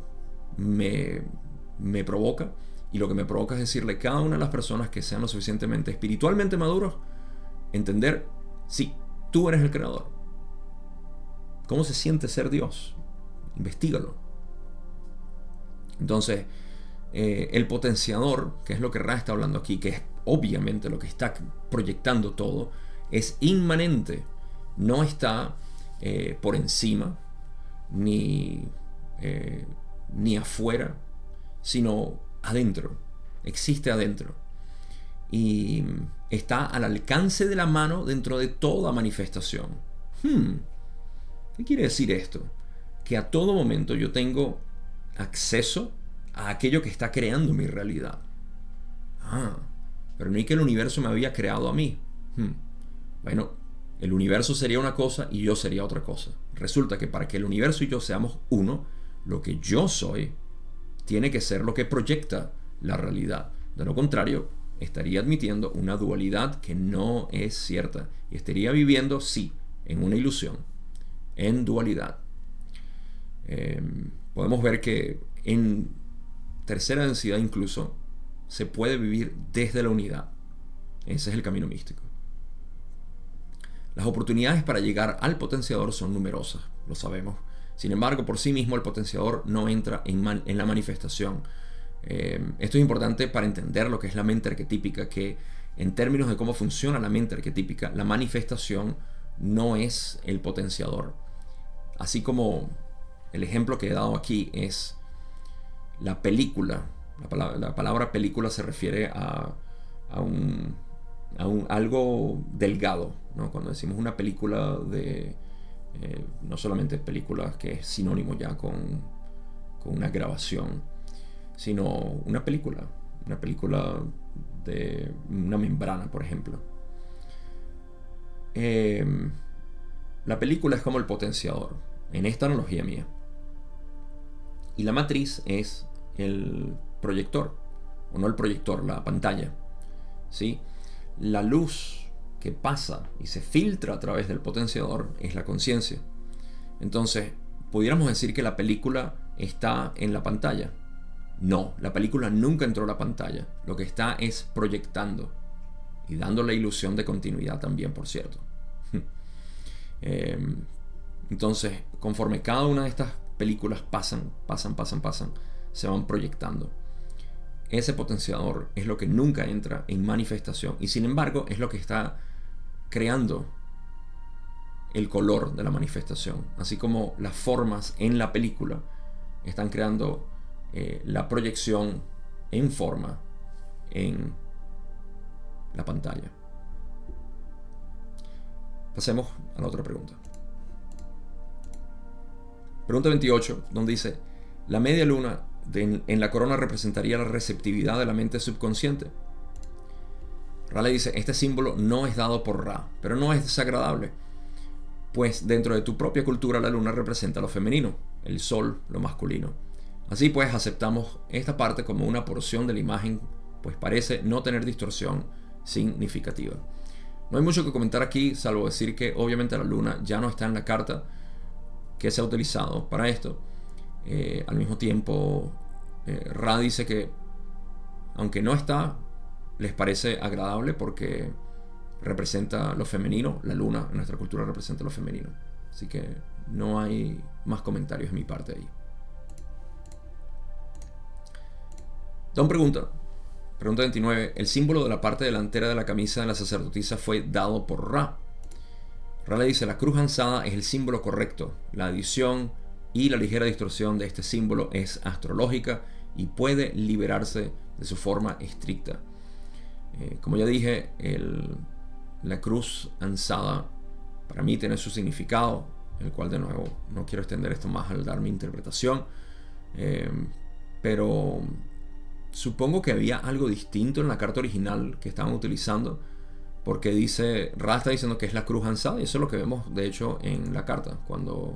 me provoca, y lo que me provoca es decirle a cada una de las personas que sean lo suficientemente espiritualmente maduros, entender, sí, tú eres el creador. ¿Cómo se siente ser Dios? Investígalo. Entonces, el potenciador, que es lo que Ra está hablando aquí, que es obviamente lo que está proyectando todo, es inmanente, no está por encima ni afuera, sino adentro, existe adentro y está al alcance de la mano dentro de toda manifestación. ¿Qué quiere decir esto? Que a todo momento yo tengo acceso a aquello que está creando mi realidad. Pero no es que el universo me había creado a mí. Bueno, el universo sería una cosa y yo sería otra cosa. Resulta que para que el universo y yo seamos uno, lo que yo soy tiene que ser lo que proyecta la realidad. De lo contrario, estaría admitiendo una dualidad que no es cierta y estaría viviendo, sí, en una ilusión, en dualidad. Podemos ver que en tercera densidad incluso se puede vivir desde la unidad. Ese es el camino místico. Las oportunidades para llegar al potenciador son numerosas, lo sabemos. Sin embargo, por sí mismo el potenciador no entra en la manifestación. Esto es importante para entender lo que es la mente arquetípica, que en términos de cómo funciona la mente arquetípica, la manifestación no es el potenciador. Así como el ejemplo que he dado aquí es la película. La palabra película se refiere a algo delgado, ¿no? Cuando decimos una película de... no solamente películas, que es sinónimo ya con una grabación, sino una película de una membrana, por ejemplo. La película es como el potenciador, en esta analogía mía. Y la matriz es el proyector, o no el proyector, la pantalla, ¿sí? La luz que pasa y se filtra a través del potenciador es la conciencia. Entonces, pudiéramos decir que la película está en la pantalla. No, la película nunca entró a la pantalla. Lo que está es proyectando y dando la ilusión de continuidad también, por cierto. Entonces, conforme cada una de estas películas pasan, se van proyectando. Ese potenciador es lo que nunca entra en manifestación y sin embargo es lo que está creando el color de la manifestación. Así como las formas en la película están creando la proyección en forma en la pantalla. Pasemos a la otra pregunta. Pregunta 28, donde dice: la media luna en la corona representaría la receptividad de la mente subconsciente. Ra le dice: este símbolo no es dado por Ra, pero no es desagradable, pues dentro de tu propia cultura la luna representa lo femenino, el sol lo masculino. Así pues aceptamos esta parte como una porción de la imagen, pues parece no tener distorsión significativa. No hay mucho que comentar aquí, salvo decir que obviamente la luna ya no está en la carta que se ha utilizado para esto. Al mismo tiempo, Ra dice que aunque no está, les parece agradable porque representa lo femenino. La luna en nuestra cultura representa lo femenino. Así que no hay más comentarios de mi parte ahí. Don pregunta 29. El símbolo de la parte delantera de la camisa de la sacerdotisa fue dado por Ra. Ra le dice: la cruz ansada es el símbolo correcto. La adición y la ligera distorsión de este símbolo es astrológica y puede liberarse de su forma estricta. Como ya dije, la cruz ansada para mí tiene su significado, el cual de nuevo no quiero extender esto más al dar mi interpretación, pero supongo que había algo distinto en la carta original que estaban utilizando, porque Ra está diciendo que es la cruz ansada, y eso es lo que vemos de hecho en la carta, cuando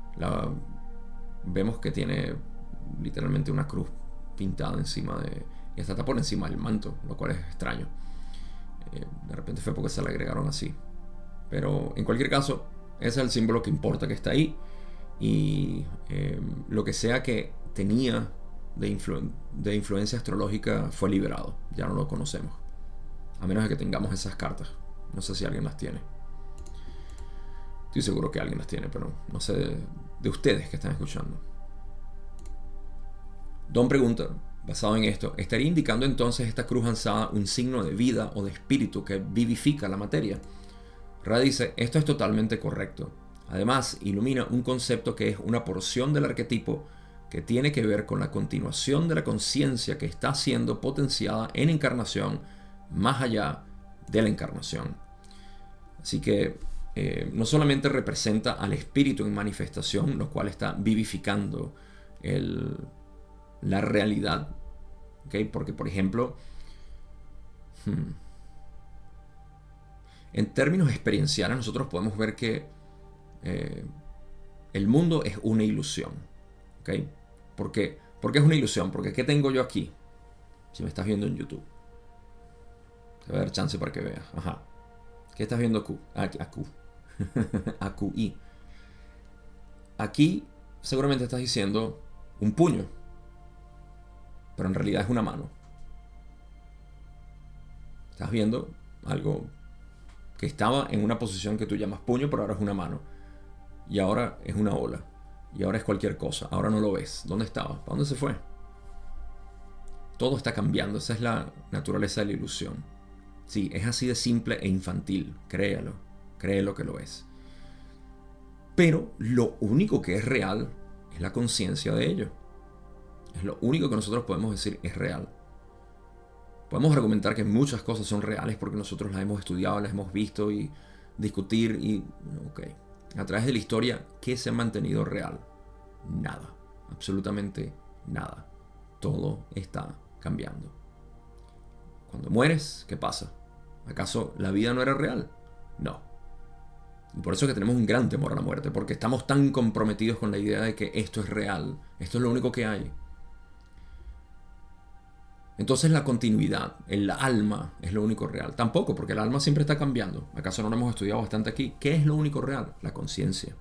vemos que tiene literalmente una cruz pintada encima y hasta está por encima del manto, lo cual es extraño. De repente fue porque se le agregaron así, pero en cualquier caso ese es el símbolo que importa, que está ahí, y lo que sea que tenía de influencia astrológica fue liberado, ya no lo conocemos, a menos de que tengamos esas cartas. No sé si alguien las tiene. Estoy seguro que alguien las tiene, pero no sé de ustedes que están escuchando. Don pregunta, basado en esto, ¿estaría indicando entonces esta cruz ansada un signo de vida o de espíritu que vivifica la materia? Ra dice, esto es totalmente correcto. Además, ilumina un concepto que es una porción del arquetipo que tiene que ver con la continuación de la conciencia que está siendo potenciada en encarnación, más allá de la encarnación. Así que no solamente representa al espíritu en manifestación, lo cual está vivificando la realidad, ¿okay? Porque, por ejemplo, en términos experienciales nosotros podemos ver que el mundo es una ilusión, ¿okay? ¿Por qué? ¿Por qué es una ilusión? Porque ¿qué tengo yo aquí? Si me estás viendo en YouTube, te voy a dar chance para que veas. Ajá. ¿Qué estás viendo aquí? AQI. Aquí seguramente estás diciendo un puño, pero en realidad es una mano. Estás viendo algo que estaba en una posición que tú llamas puño, pero ahora es una mano. Y ahora es una ola. Y ahora es cualquier cosa. Ahora no lo ves. ¿Dónde estaba? ¿Para dónde se fue? Todo está cambiando. Esa es la naturaleza de la ilusión. Sí, es así de simple e infantil. Créalo. Créelo que lo es. Pero lo único que es real es la conciencia de ello. Es lo único que nosotros podemos decir es real. Podemos argumentar que muchas cosas son reales porque nosotros las hemos estudiado, las hemos visto y discutir y... ok. A través de la historia, ¿qué se ha mantenido real? Nada. Absolutamente nada. Todo está cambiando. Cuando mueres, ¿qué pasa? ¿Acaso la vida no era real? No. Y por eso es que tenemos un gran temor a la muerte, porque estamos tan comprometidos con la idea de que esto es real, esto es lo único que hay. Entonces la continuidad, el alma es lo único real. Tampoco, porque el alma siempre está cambiando. ¿Acaso no lo hemos estudiado bastante aquí? ¿Qué es lo único real? La conciencia.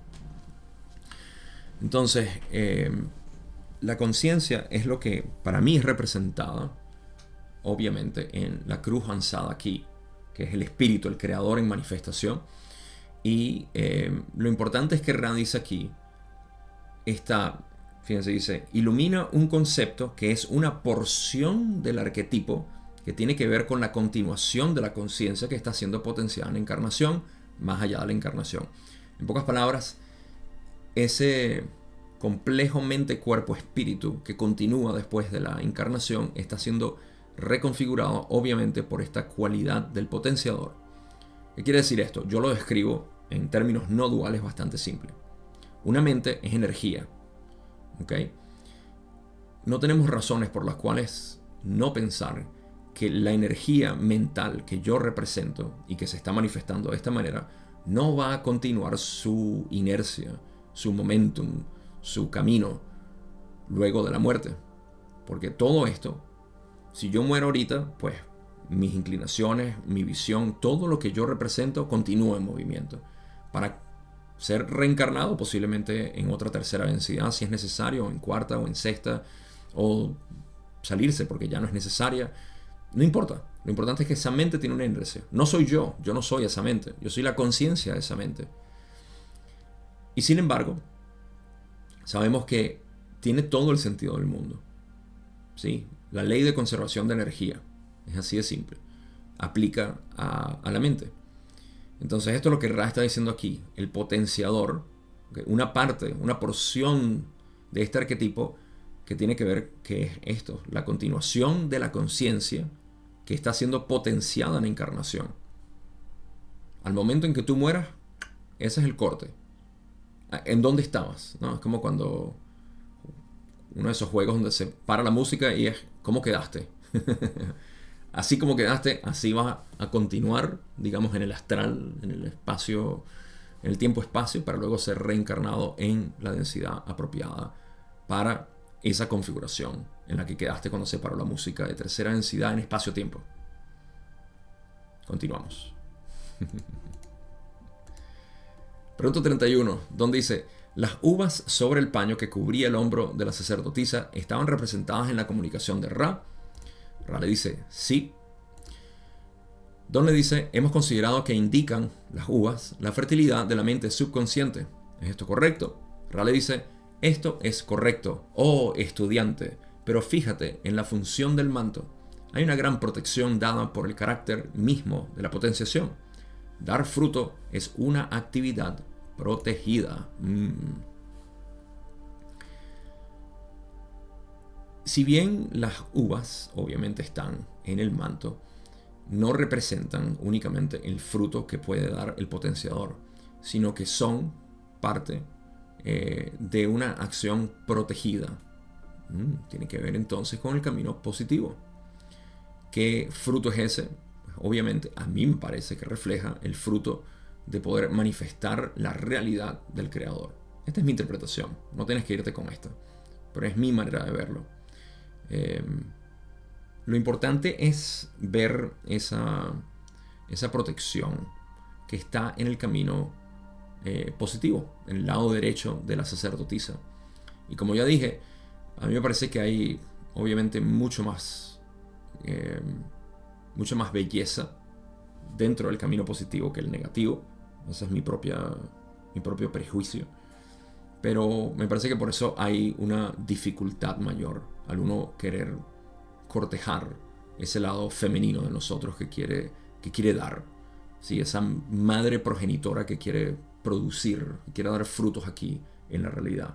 Entonces, la conciencia es lo que para mí es representada, obviamente, en la cruz ansada aquí, que es el espíritu, el creador en manifestación. Y lo importante es que Ra dice aquí, fíjense, dice, ilumina un concepto que es una porción del arquetipo que tiene que ver con la continuación de la conciencia que está siendo potenciada en la encarnación, más allá de la encarnación. En pocas palabras, ese complejo mente-cuerpo-espíritu que continúa después de la encarnación está siendo reconfigurado, obviamente, por esta cualidad del potenciador. ¿Qué quiere decir esto? Yo lo describo en términos no duales bastante simple. Una mente es energía. ¿Okay? No tenemos razones por las cuales no pensar que la energía mental que yo represento y que se está manifestando de esta manera no va a continuar su inercia, su momentum, su camino luego de la muerte. Porque todo esto, si yo muero ahorita, pues mis inclinaciones, mi visión, todo lo que yo represento continúa en movimiento para ser reencarnado posiblemente en otra tercera densidad si es necesario, o en cuarta o en sexta, o salirse porque ya no es necesaria. No importa, lo importante es que esa mente tiene una inercia. No soy yo no soy esa mente, yo soy la conciencia de esa mente. Y sin embargo, sabemos que tiene todo el sentido del mundo. ¿Sí? La ley de conservación de energía es así de simple, aplica a la mente. Entonces esto es lo que Ra está diciendo aquí, el potenciador, ¿okay? Una parte, una porción de este arquetipo que tiene que ver, que es esto, la continuación de la conciencia que está siendo potenciada en la encarnación. Al momento en que tú mueras, ese es el corte. ¿En dónde estabas? ¿No? Es como cuando uno de esos juegos donde se para la música y es ¿cómo quedaste? Así como quedaste, así vas a continuar, digamos, en el astral, en el espacio, en el tiempo-espacio, para luego ser reencarnado en la densidad apropiada para esa configuración en la que quedaste cuando se paró la música de tercera densidad en espacio-tiempo. Continuamos. Pregunta 31, donde dice: las uvas sobre el paño que cubría el hombro de la sacerdotisa estaban representadas en la comunicación de Ra. Ra le dice sí. Don le dice: hemos considerado que indican las uvas la fertilidad de la mente subconsciente. ¿Es esto correcto? Ra le dice: esto es correcto, oh estudiante, pero fíjate en la función del manto. Hay una gran protección dada por el carácter mismo de la potenciación. Dar fruto es una actividad protegida. Si bien las uvas obviamente están en el manto, no representan únicamente el fruto que puede dar el potenciador, sino que son parte de una acción protegida. Tiene que ver entonces con el camino positivo. ¿Qué fruto es ese? Pues obviamente a mí me parece que refleja el fruto de poder manifestar la realidad del creador. Esta es mi interpretación, no tienes que irte con esta, pero es mi manera de verlo. Lo importante es ver esa protección que está en el camino positivo, en el lado derecho de la sacerdotisa. Y como ya dije, a mí me parece que hay obviamente mucha más belleza dentro del camino positivo que el negativo. Ese es mi propio prejuicio. Pero me parece que por eso hay una dificultad mayor al uno querer cortejar ese lado femenino de nosotros que quiere dar. ¿Sí? Esa madre progenitora que quiere producir, que quiere dar frutos aquí en la realidad.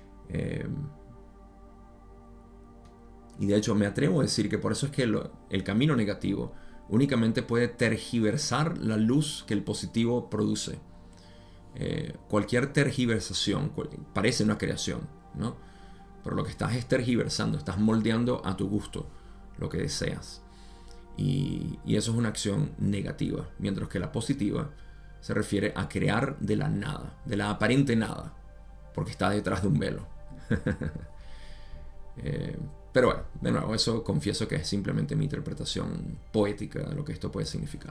Y de hecho me atrevo a decir que por eso es que el camino negativo únicamente puede tergiversar la luz que el positivo produce. Cualquier tergiversación parece una creación, ¿no? Pero lo que estás es tergiversando, estás moldeando a tu gusto lo que deseas. Y eso es una acción negativa, mientras que la positiva se refiere a crear de la nada, de la aparente nada, porque está detrás de un velo. Pero bueno, de nuevo, eso confieso que es simplemente mi interpretación poética de lo que esto puede significar.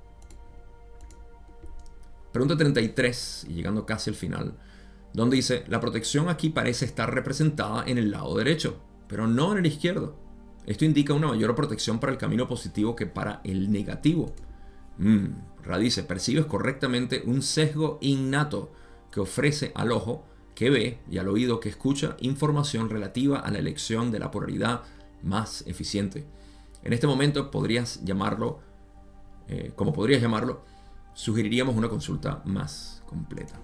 Pregunta 33, y llegando casi al final, donde dice: la protección aquí parece estar representada en el lado derecho, pero no en el izquierdo. Esto indica una mayor protección para el camino positivo que para el negativo. Ra dice: percibes correctamente un sesgo innato que ofrece al ojo que ve y al oído que escucha información relativa a la elección de la polaridad más eficiente. En este momento podrías llamarlo, sugeriríamos una consulta más completa.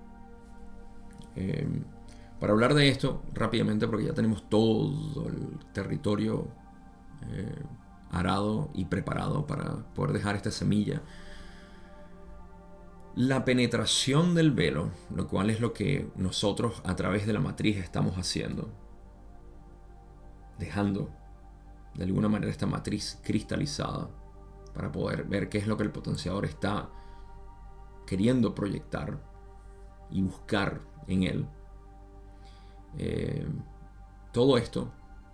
Para hablar de esto rápidamente, porque ya tenemos todo el territorio arado y preparado para poder dejar esta semilla. La penetración del velo, lo cual es lo que nosotros a través de la matriz estamos haciendo, dejando de alguna manera esta matriz cristalizada para poder ver qué es lo que el potenciador está queriendo proyectar y buscar en él. Todo esto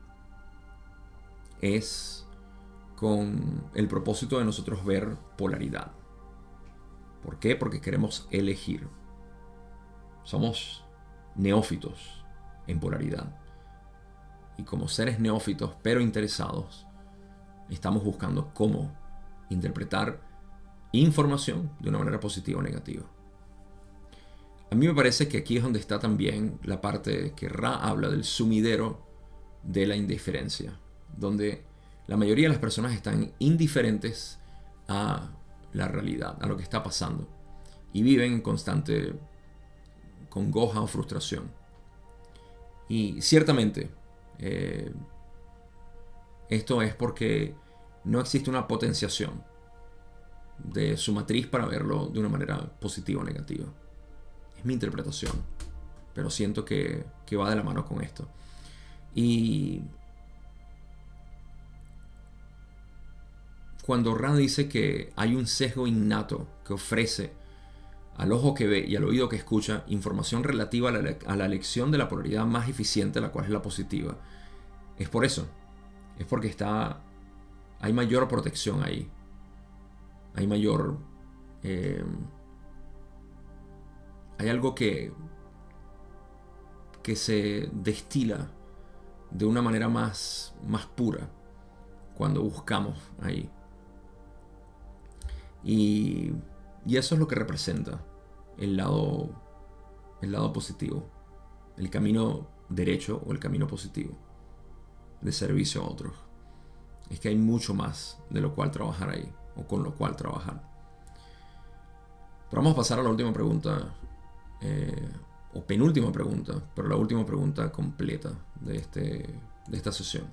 es con el propósito de nosotros ver polaridad. ¿Por qué? Porque queremos elegir. Somos neófitos en polaridad. Y como seres neófitos pero interesados, estamos buscando cómo interpretar información de una manera positiva o negativa. A mí me parece que aquí es donde está también la parte que Ra habla del sumidero de la indiferencia, donde la mayoría de las personas están indiferentes a la realidad, a lo que está pasando, y viven en constante congoja o frustración. Y ciertamente esto es porque no existe una potenciación, de su matriz para verlo de una manera positiva o negativa. Es mi interpretación, pero siento que va de la mano con esto. Y cuando Ra dice que hay un sesgo innato que ofrece al ojo que ve y al oído que escucha información relativa a la elección de la polaridad más eficiente, la cual es la positiva, es por eso. Es porque hay mayor protección ahí. Hay mayor... hay algo que se destila de una manera más pura cuando buscamos ahí. Y eso es lo que representa el lado positivo, el camino derecho o el camino positivo de servicio a otros. Es que hay mucho más de lo cual trabajar ahí, o con lo cual trabajar. Pero vamos a pasar a la última pregunta, o penúltima pregunta, pero la última pregunta completa de esta sesión.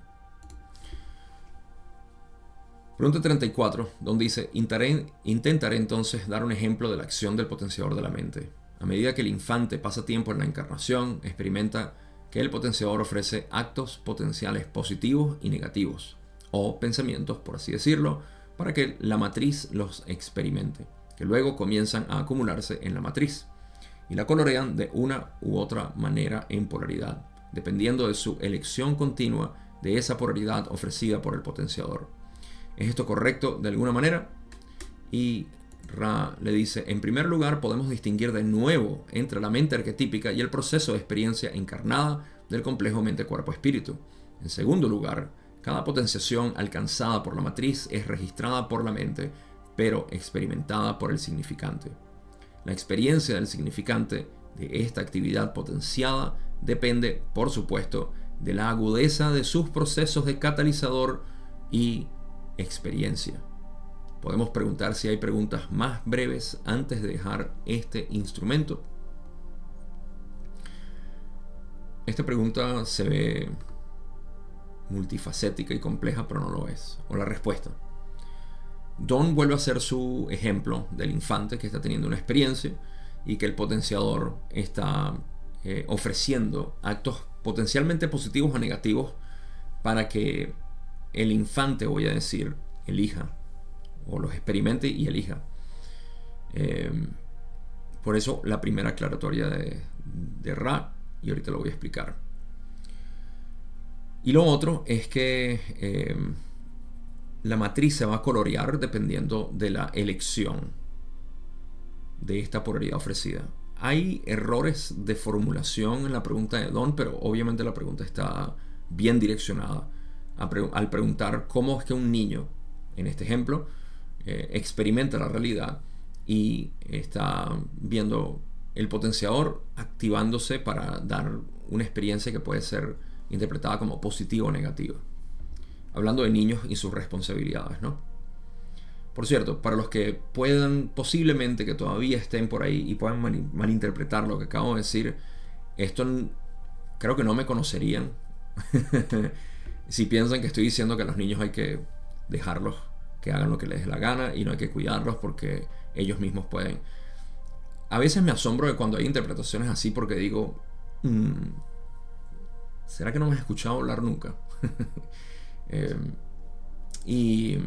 Pregunta 34, donde dice: intentaré entonces dar un ejemplo de la acción del potenciador de la mente. A medida que el infante pasa tiempo en la encarnación, experimenta que el potenciador ofrece actos potenciales positivos y negativos, o pensamientos, por así decirlo, para que la matriz los experimente, que luego comienzan a acumularse en la matriz y la colorean de una u otra manera en polaridad, dependiendo de su elección continua de esa polaridad ofrecida por el potenciador. ¿Es esto correcto de alguna manera? Y Ra le dice: en primer lugar, podemos distinguir de nuevo entre la mente arquetípica y el proceso de experiencia encarnada del complejo mente-cuerpo-espíritu. En segundo lugar, cada potenciación alcanzada por la matriz es registrada por la mente, pero experimentada por el significante. La experiencia del significante de esta actividad potenciada depende, por supuesto, de la agudeza de sus procesos de catalizador y experiencia. Podemos preguntar si hay preguntas más breves antes de dejar este instrumento. Esta pregunta se ve multifacética y compleja, pero no lo es. O la respuesta. Don vuelve a hacer su ejemplo del infante que está teniendo una experiencia y que el potenciador está ofreciendo actos potencialmente positivos o negativos para que el infante, voy a decir, elija, o los experimente y elija. Por eso la primera aclaratoria de Ra, y ahorita lo voy a explicar. Y lo otro es que la matriz se va a colorear dependiendo de la elección de esta polaridad ofrecida. Hay errores de formulación en la pregunta de Don, pero obviamente la pregunta está bien direccionada al preguntar cómo es que un niño, en este ejemplo, experimenta la realidad y está viendo el potenciador activándose para dar una experiencia que puede ser interpretada como positiva o negativa. Hablando de niños y sus responsabilidades, ¿no? Por cierto, para los que puedan, posiblemente que todavía estén por ahí y puedan malinterpretar lo que acabo de decir, esto creo que no me conocerían si piensan que estoy diciendo que a los niños hay que dejarlos que hagan lo que les dé la gana y no hay que cuidarlos porque ellos mismos pueden. A veces me asombro de cuando hay interpretaciones así porque digo, ¿será que no me has escuchado hablar nunca? Y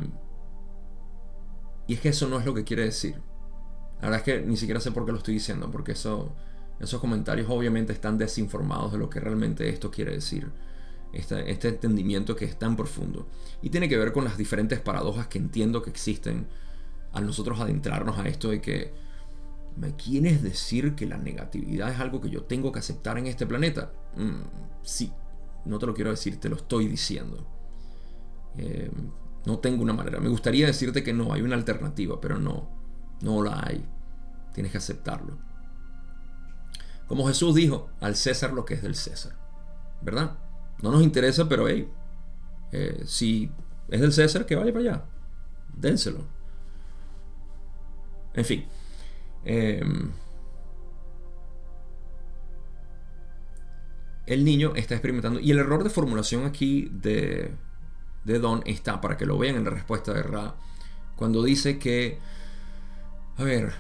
es que eso no es lo que quiere decir. La verdad es que ni siquiera sé por qué lo estoy diciendo, porque esos comentarios obviamente están desinformados de lo que realmente esto quiere decir. Este entendimiento que es tan profundo. Y tiene que ver con las diferentes paradojas que entiendo que existen al nosotros adentrarnos a esto de que ¿me quieres decir que la negatividad es algo que yo tengo que aceptar en este planeta? Sí, no te lo quiero decir, te lo estoy diciendo. No tengo una manera. Me gustaría decirte que no, hay una alternativa, pero no la hay. Tienes que aceptarlo. Como Jesús dijo, al César lo que es del César, ¿verdad? No nos interesa, pero hey, si es del César, que vaya para allá. Dénselo. En fin. El niño está experimentando. Y el error de formulación aquí de Don está, para que lo vean en la respuesta de Ra, cuando dice que A ver,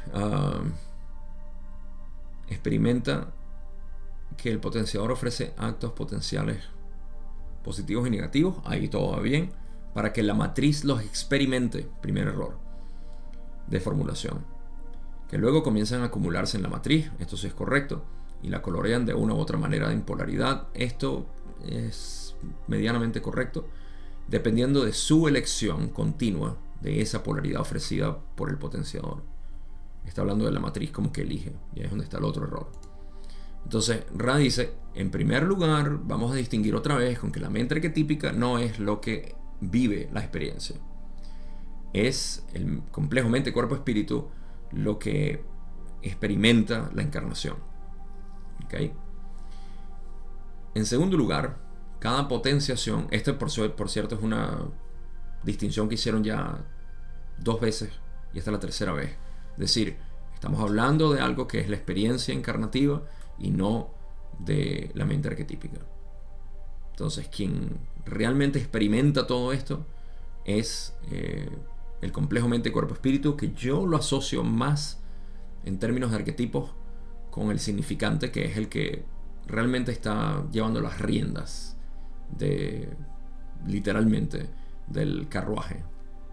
experimenta que el potenciador ofrece actos potenciales positivos y negativos, ahí todo va bien, para que la matriz los experimente. Primer error de formulación. Que luego comienzan a acumularse en la matriz, esto sí es correcto, y la colorean de una u otra manera en polaridad, esto es medianamente correcto, dependiendo de su elección continua de esa polaridad ofrecida por el potenciador. Está hablando de la matriz como que elige, y ahí es donde está el otro error. Entonces, Ra dice, en primer lugar, vamos a distinguir otra vez con que la mente arquetípica no es lo que vive la experiencia. Es el complejo mente, cuerpo, espíritu lo que experimenta la encarnación. ¿Okay? En segundo lugar, cada potenciación, esta por cierto es una distinción que hicieron ya 2 veces y esta es la tercera vez. Es decir, estamos hablando de algo que es la experiencia encarnativa y no de la mente arquetípica. Entonces, quien realmente experimenta todo esto es el complejo mente, cuerpo, espíritu, que yo lo asocio más en términos de arquetipos con el significante, que es el que realmente está llevando las riendas literalmente del carruaje.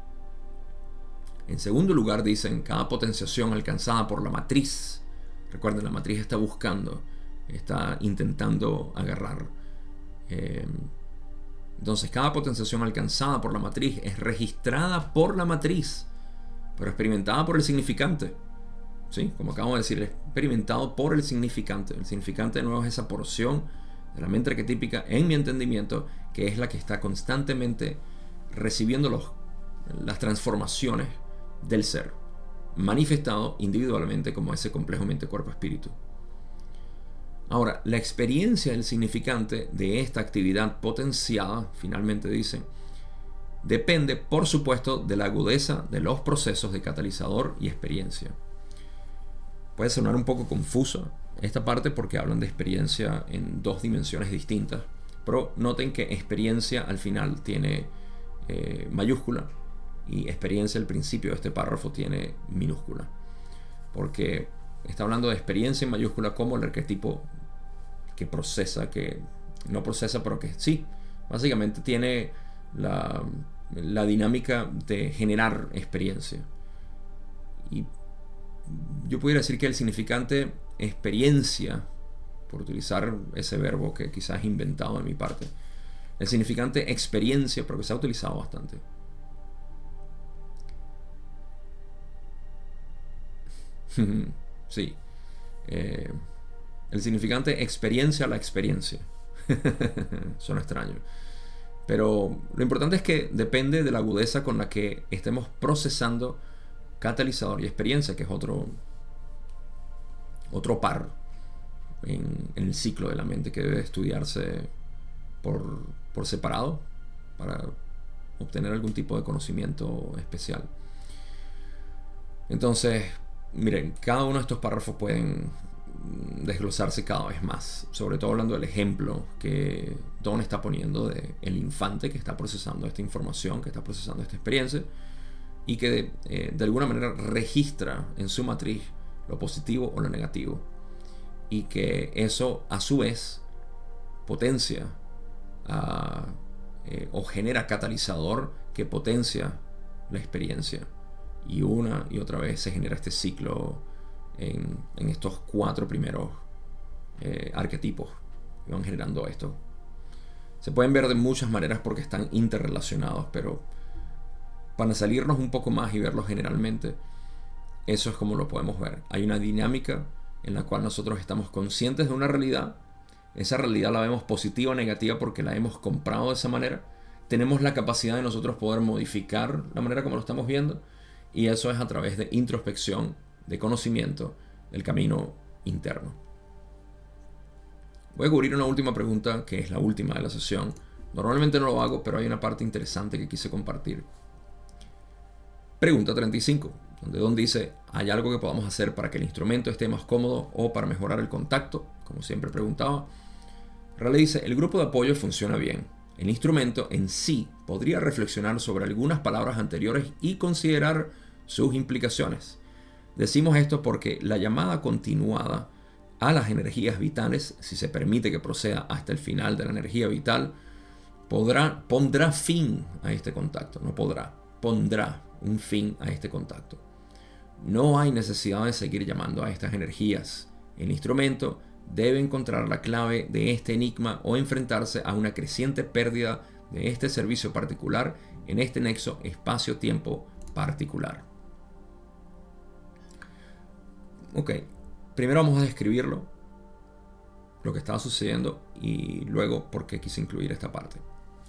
En segundo lugar dicen, cada potenciación alcanzada por la matriz, recuerden, la matriz está buscando, está intentando agarrar. Entonces, cada potenciación alcanzada por la matriz es registrada por la matriz, pero experimentada por el significante. ¿Sí? Como acabo de decir, experimentado por el significante. El significante de nuevo es esa porción de la mente arquetípica, en mi entendimiento, que es la que está constantemente recibiendo las transformaciones del ser, manifestado individualmente como ese complejo mente, cuerpo, espíritu. Ahora, la experiencia del significante de esta actividad potenciada, finalmente dicen, depende, por supuesto, de la agudeza de los procesos de catalizador y experiencia. Puede sonar un poco confuso esta parte porque hablan de experiencia en 2 dimensiones distintas, pero noten que experiencia al final tiene mayúscula y experiencia al principio de este párrafo tiene minúscula, porque está hablando de experiencia en mayúscula como el arquetipo que procesa, que no procesa, pero que sí, básicamente tiene la dinámica de generar experiencia. Y yo pudiera decir que el significante experiencia, por utilizar ese verbo que quizás es inventado de mi parte, el significante experiencia, pero que se ha utilizado bastante. Sí. El significante experiencia a la experiencia. Suena extraño. Pero lo importante es que depende de la agudeza con la que estemos procesando catalizador y experiencia, que es otro par en el ciclo de la mente que debe estudiarse por separado para obtener algún tipo de conocimiento especial. Entonces, miren, cada uno de estos párrafos pueden desglosarse cada vez más, sobre todo hablando del ejemplo que Don está poniendo de el infante que está procesando esta información, que está procesando esta experiencia y que de alguna manera registra en su matriz lo positivo o lo negativo, y que eso a su vez potencia o genera catalizador que potencia la experiencia, y una y otra vez se genera este ciclo en estos 4 primeros arquetipos que van generando esto. Se pueden ver de muchas maneras porque están interrelacionados, pero para salirnos un poco más y verlo generalmente, eso es como lo podemos ver. Hay una dinámica en la cual nosotros estamos conscientes de una realidad. Esa realidad la vemos positiva o negativa porque la hemos comprado de esa manera. Tenemos la capacidad de nosotros poder modificar la manera como lo estamos viendo, y eso es a través de introspección, de conocimiento del camino interno. Voy a cubrir una última pregunta, que es la última de la sesión. Normalmente no lo hago, pero hay una parte interesante que quise compartir. Pregunta 35, donde Don dice, ¿hay algo que podamos hacer para que el instrumento esté más cómodo o para mejorar el contacto? Como siempre preguntaba. Raleigh dice, el grupo de apoyo funciona bien. El instrumento en sí podría reflexionar sobre algunas palabras anteriores y considerar sus implicaciones. Decimos esto porque la llamada continuada a las energías vitales, si se permite que proceda hasta el final de la energía vital, pondrá fin a este contacto. No podrá, pondrá un fin a este contacto. No hay necesidad de seguir llamando a estas energías. El instrumento debe encontrar la clave de este enigma o enfrentarse a una creciente pérdida de este servicio particular en este nexo espacio-tiempo particular. Ok, primero vamos a describirlo, lo que estaba sucediendo, y luego por qué quise incluir esta parte.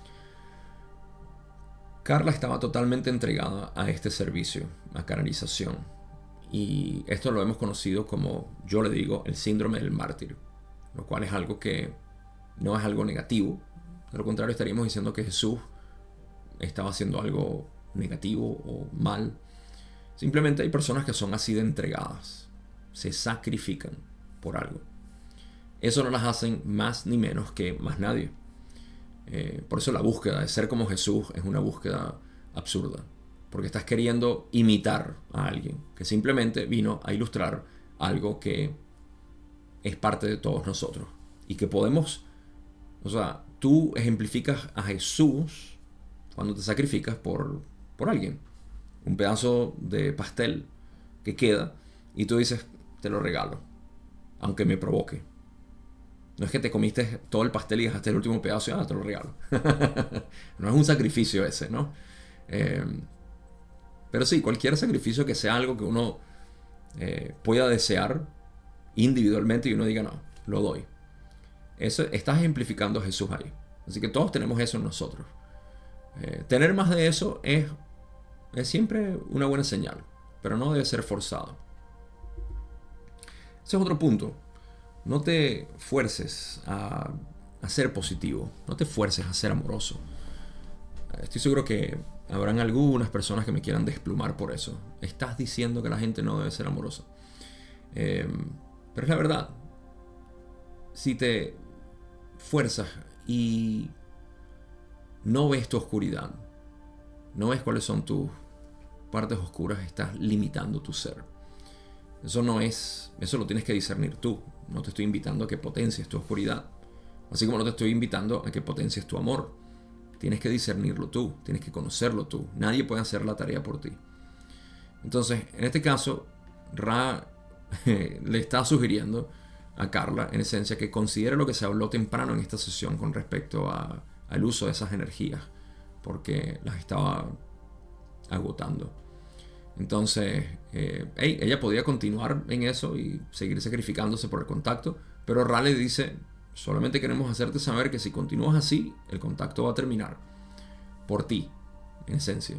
Carla estaba totalmente entregada a este servicio, a canalización, y esto lo hemos conocido como, yo le digo, el síndrome del mártir, lo cual es algo que no es algo negativo. De lo contrario, estaríamos diciendo que Jesús estaba haciendo algo negativo o mal. Simplemente hay personas que son así de entregadas, se sacrifican por algo. Eso no las hacen más ni menos que más nadie. Por eso la búsqueda de ser como Jesús es una búsqueda absurda, porque estás queriendo imitar a alguien que simplemente vino a ilustrar algo que es parte de todos nosotros y que podemos, o sea, tú ejemplificas a Jesús cuando te sacrificas por alguien. Un pedazo de pastel que queda y tú dices, te lo regalo, aunque me provoque. No es que te comiste todo el pastel y dejaste el último pedazo y te lo regalo. No es un sacrificio ese, ¿no? Pero sí, cualquier sacrificio que sea algo que uno pueda desear individualmente y uno diga, no, lo doy. Eso, estás ejemplificando a Jesús ahí. Así que todos tenemos eso en nosotros. Tener más de eso es siempre una buena señal, pero no debe ser forzado. Ese es otro punto. No te fuerces a ser positivo, no te fuerces a ser amoroso. Estoy seguro que habrán algunas personas que me quieran desplumar por eso. Estás diciendo que la gente no debe ser amorosa. Pero es la verdad. Si te fuerzas y no ves tu oscuridad, no ves cuáles son tus partes oscuras, estás limitando tu ser. Eso lo tienes que discernir tú. No te estoy invitando a que potencies tu oscuridad, así como no te estoy invitando a que potencies tu amor. Tienes que discernirlo tú, tienes que conocerlo tú. Nadie puede hacer la tarea por ti. Entonces, en este caso, Ra le está sugiriendo a Carla, en esencia, que considere lo que se habló temprano en esta sesión con respecto al uso de esas energías, porque las estaba agotando. Entonces, ella podía continuar en eso y seguir sacrificándose por el contacto, pero Ra le dice, solamente queremos hacerte saber que si continúas así, el contacto va a terminar por ti, en esencia.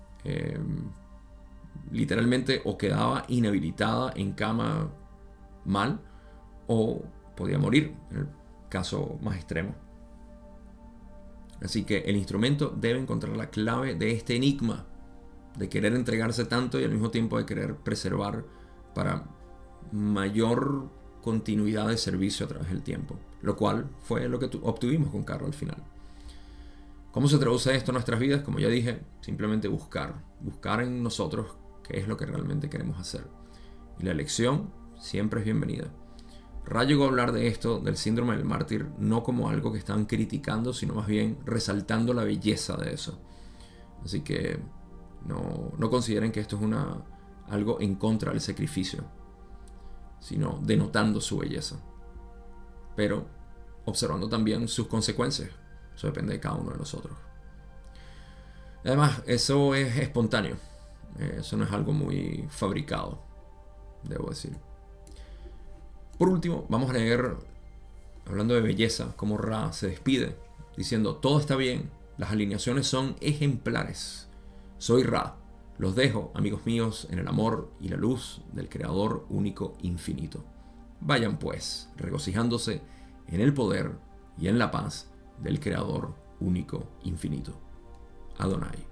Literalmente o quedaba inhabilitada en cama mal, o podía morir, en el caso más extremo. Así que el instrumento debe encontrar la clave de este enigma, de querer entregarse tanto y al mismo tiempo de querer preservar para mayor continuidad de servicio a través del tiempo, lo cual fue lo que obtuvimos con Carla al final. ¿Cómo se traduce esto en nuestras vidas? Como ya dije, simplemente buscar en nosotros qué es lo que realmente queremos hacer, y la elección siempre es bienvenida. Ra llegó a hablar de esto, del síndrome del mártir, no como algo que están criticando, sino más bien resaltando la belleza de eso. Así que no consideren que esto es algo en contra del sacrificio, sino denotando su belleza, pero observando también sus consecuencias. Eso depende de cada uno de nosotros. Además, eso es espontáneo. Eso no es algo muy fabricado, debo decir. Por último, vamos a leer, hablando de belleza, cómo Ra se despide, diciendo, todo está bien, las alineaciones son ejemplares. Soy Ra. Los dejo, amigos míos, en el amor y la luz del Creador único infinito. Vayan pues, regocijándose en el poder y en la paz del Creador único infinito. Adonai.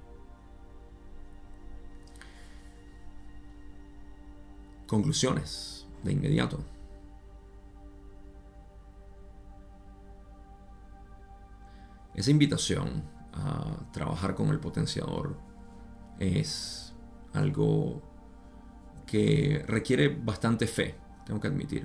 Conclusiones de inmediato. Esa invitación a trabajar con el potenciador es algo que requiere bastante fe, tengo que admitir.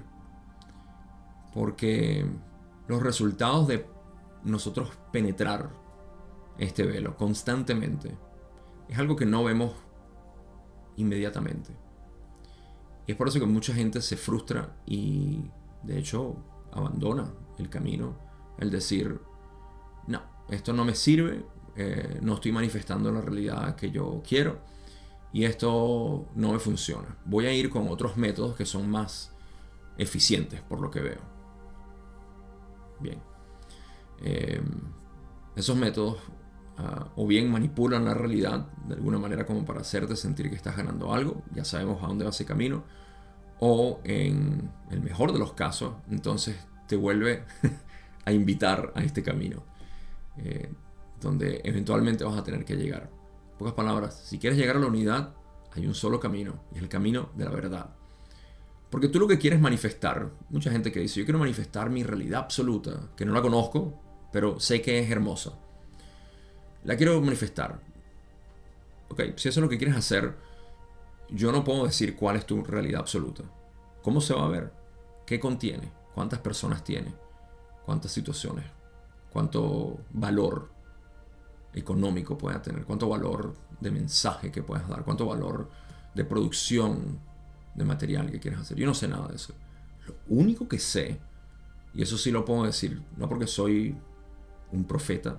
Porque los resultados de nosotros penetrar este velo constantemente es algo que no vemos inmediatamente. Y es por eso que mucha gente se frustra y de hecho abandona el camino. El decir, no, esto no me sirve, no estoy manifestando la realidad que yo quiero y esto no me funciona. Voy a ir con otros métodos que son más eficientes por lo que veo. Bien. Esos métodos o bien manipulan la realidad de alguna manera como para hacerte sentir que estás ganando algo, ya sabemos a dónde va ese camino, o en el mejor de los casos, entonces te vuelve a invitar a este camino, donde eventualmente vas a tener que llegar. En pocas palabras, si quieres llegar a la unidad, hay un solo camino, y es el camino de la verdad. Porque tú lo que quieres manifestar, mucha gente que dice, yo quiero manifestar mi realidad absoluta, que no la conozco, pero sé que es hermosa. La quiero manifestar. Ok, si eso es lo que quieres hacer, yo no puedo decir cuál es tu realidad absoluta. ¿Cómo se va a ver? ¿Qué contiene? ¿Cuántas personas tiene? ¿Cuántas situaciones? ¿Cuánto valor económico pueda tener? ¿Cuánto valor de mensaje que puedas dar? ¿Cuánto valor de producción de material que quieres hacer? Yo no sé nada de eso. Lo único que sé, y eso sí lo puedo decir, no porque soy un profeta,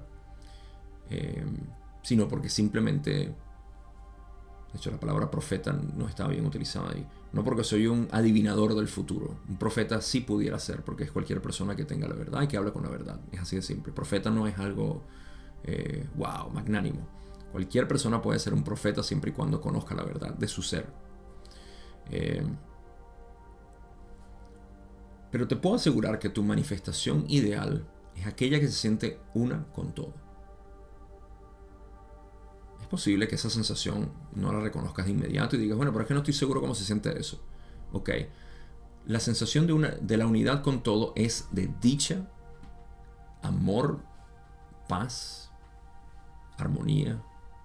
sino porque simplemente, de hecho la palabra profeta no está bien utilizada ahí, no porque soy un adivinador del futuro. Un profeta sí pudiera ser, porque es cualquier persona que tenga la verdad y que hable con la verdad, es así de simple. Profeta no es algo wow, magnánimo. Cualquier persona puede ser un profeta siempre y cuando conozca la verdad de su ser. Pero te puedo asegurar que tu manifestación ideal es aquella que se siente una con todo. Es posible que esa sensación no la reconozcas de inmediato y digas, bueno, pero es que no estoy seguro cómo se siente eso. Ok, la sensación de la unidad con todo es de dicha, amor, paz, armonía.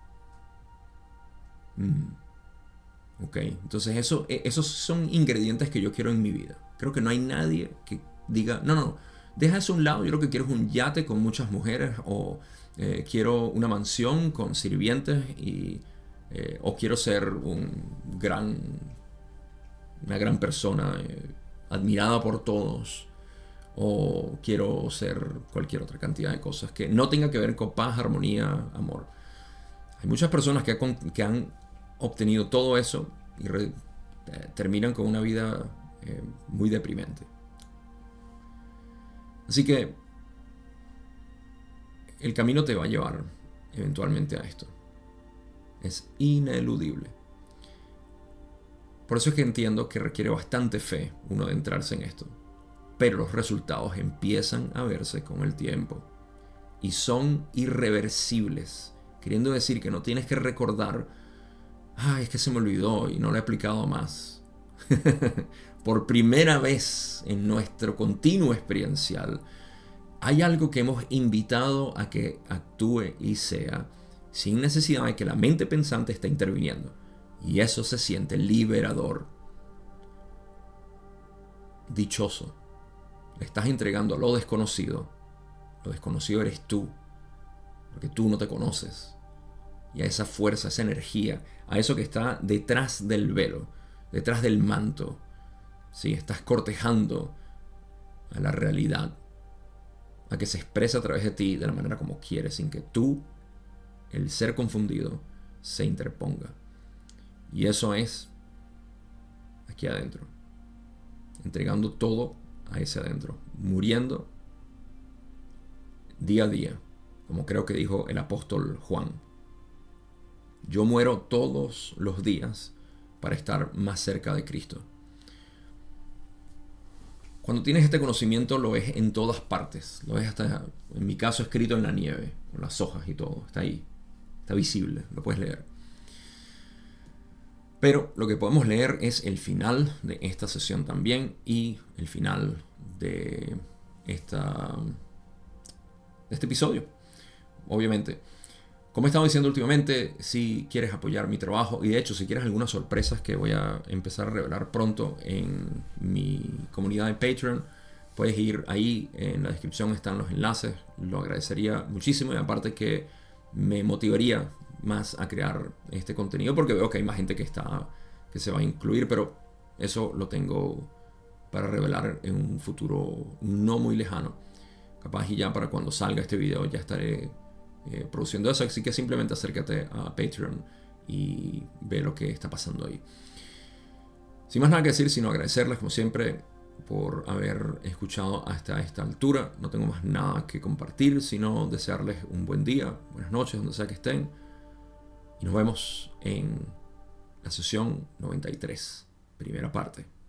Ok, entonces esos son ingredientes que yo quiero en mi vida. Creo que no hay nadie que diga, no, deja eso a un lado, yo lo que quiero es un yate con muchas mujeres, o quiero una mansión con sirvientes, o quiero ser una gran persona admirada por todos, o quiero ser cualquier otra cantidad de cosas que no tenga que ver con paz, armonía, amor. Hay muchas personas que han obtenido todo eso y terminan con una vida muy deprimente. Así que el camino te va a llevar eventualmente a esto. Es ineludible. Por eso es que entiendo que requiere bastante fe uno de entrarse en esto. Pero los resultados empiezan a verse con el tiempo. Y son irreversibles. Queriendo decir que no tienes que recordar, es que se me olvidó y no lo he aplicado más. Por primera vez en nuestro continuo experiencial, hay algo que hemos invitado a que actúe y sea sin necesidad de que la mente pensante esté interviniendo. Y eso se siente liberador. Dichoso. Le estás entregando a lo desconocido. Lo desconocido eres tú. Porque tú no te conoces. Y a esa fuerza, a esa energía, a eso que está detrás del velo, detrás del manto. ¿Sí? Estás cortejando a la realidad, a que se expresa a través de ti de la manera como quieres, sin que tú, el ser confundido, se interponga. Y eso es aquí adentro, entregando todo a ese adentro, muriendo día a día, como creo que dijo el apóstol Juan. Yo muero todos los días para estar más cerca de Cristo. Cuando tienes este conocimiento lo ves en todas partes. Lo ves hasta, en mi caso, escrito en la nieve, con las hojas y todo. Está ahí. Está visible. Lo puedes leer. Pero lo que podemos leer es el final de esta sesión también. Y el final de este episodio. Obviamente. Como he estado diciendo últimamente, si quieres apoyar mi trabajo, y de hecho si quieres algunas sorpresas que voy a empezar a revelar pronto en mi comunidad de Patreon, puedes ir ahí, en la descripción están los enlaces, lo agradecería muchísimo, y aparte que me motivaría más a crear este contenido porque veo que hay más gente que se va a incluir, pero eso lo tengo para revelar en un futuro no muy lejano. Capaz y ya para cuando salga este video ya estaré produciendo eso, así que simplemente acércate a Patreon y ve lo que está pasando ahí. Sin más nada que decir, sino agradecerles como siempre por haber escuchado hasta esta altura. No tengo más nada que compartir, sino desearles un buen día, buenas noches, donde sea que estén. Y nos vemos en la sesión 93, primera parte.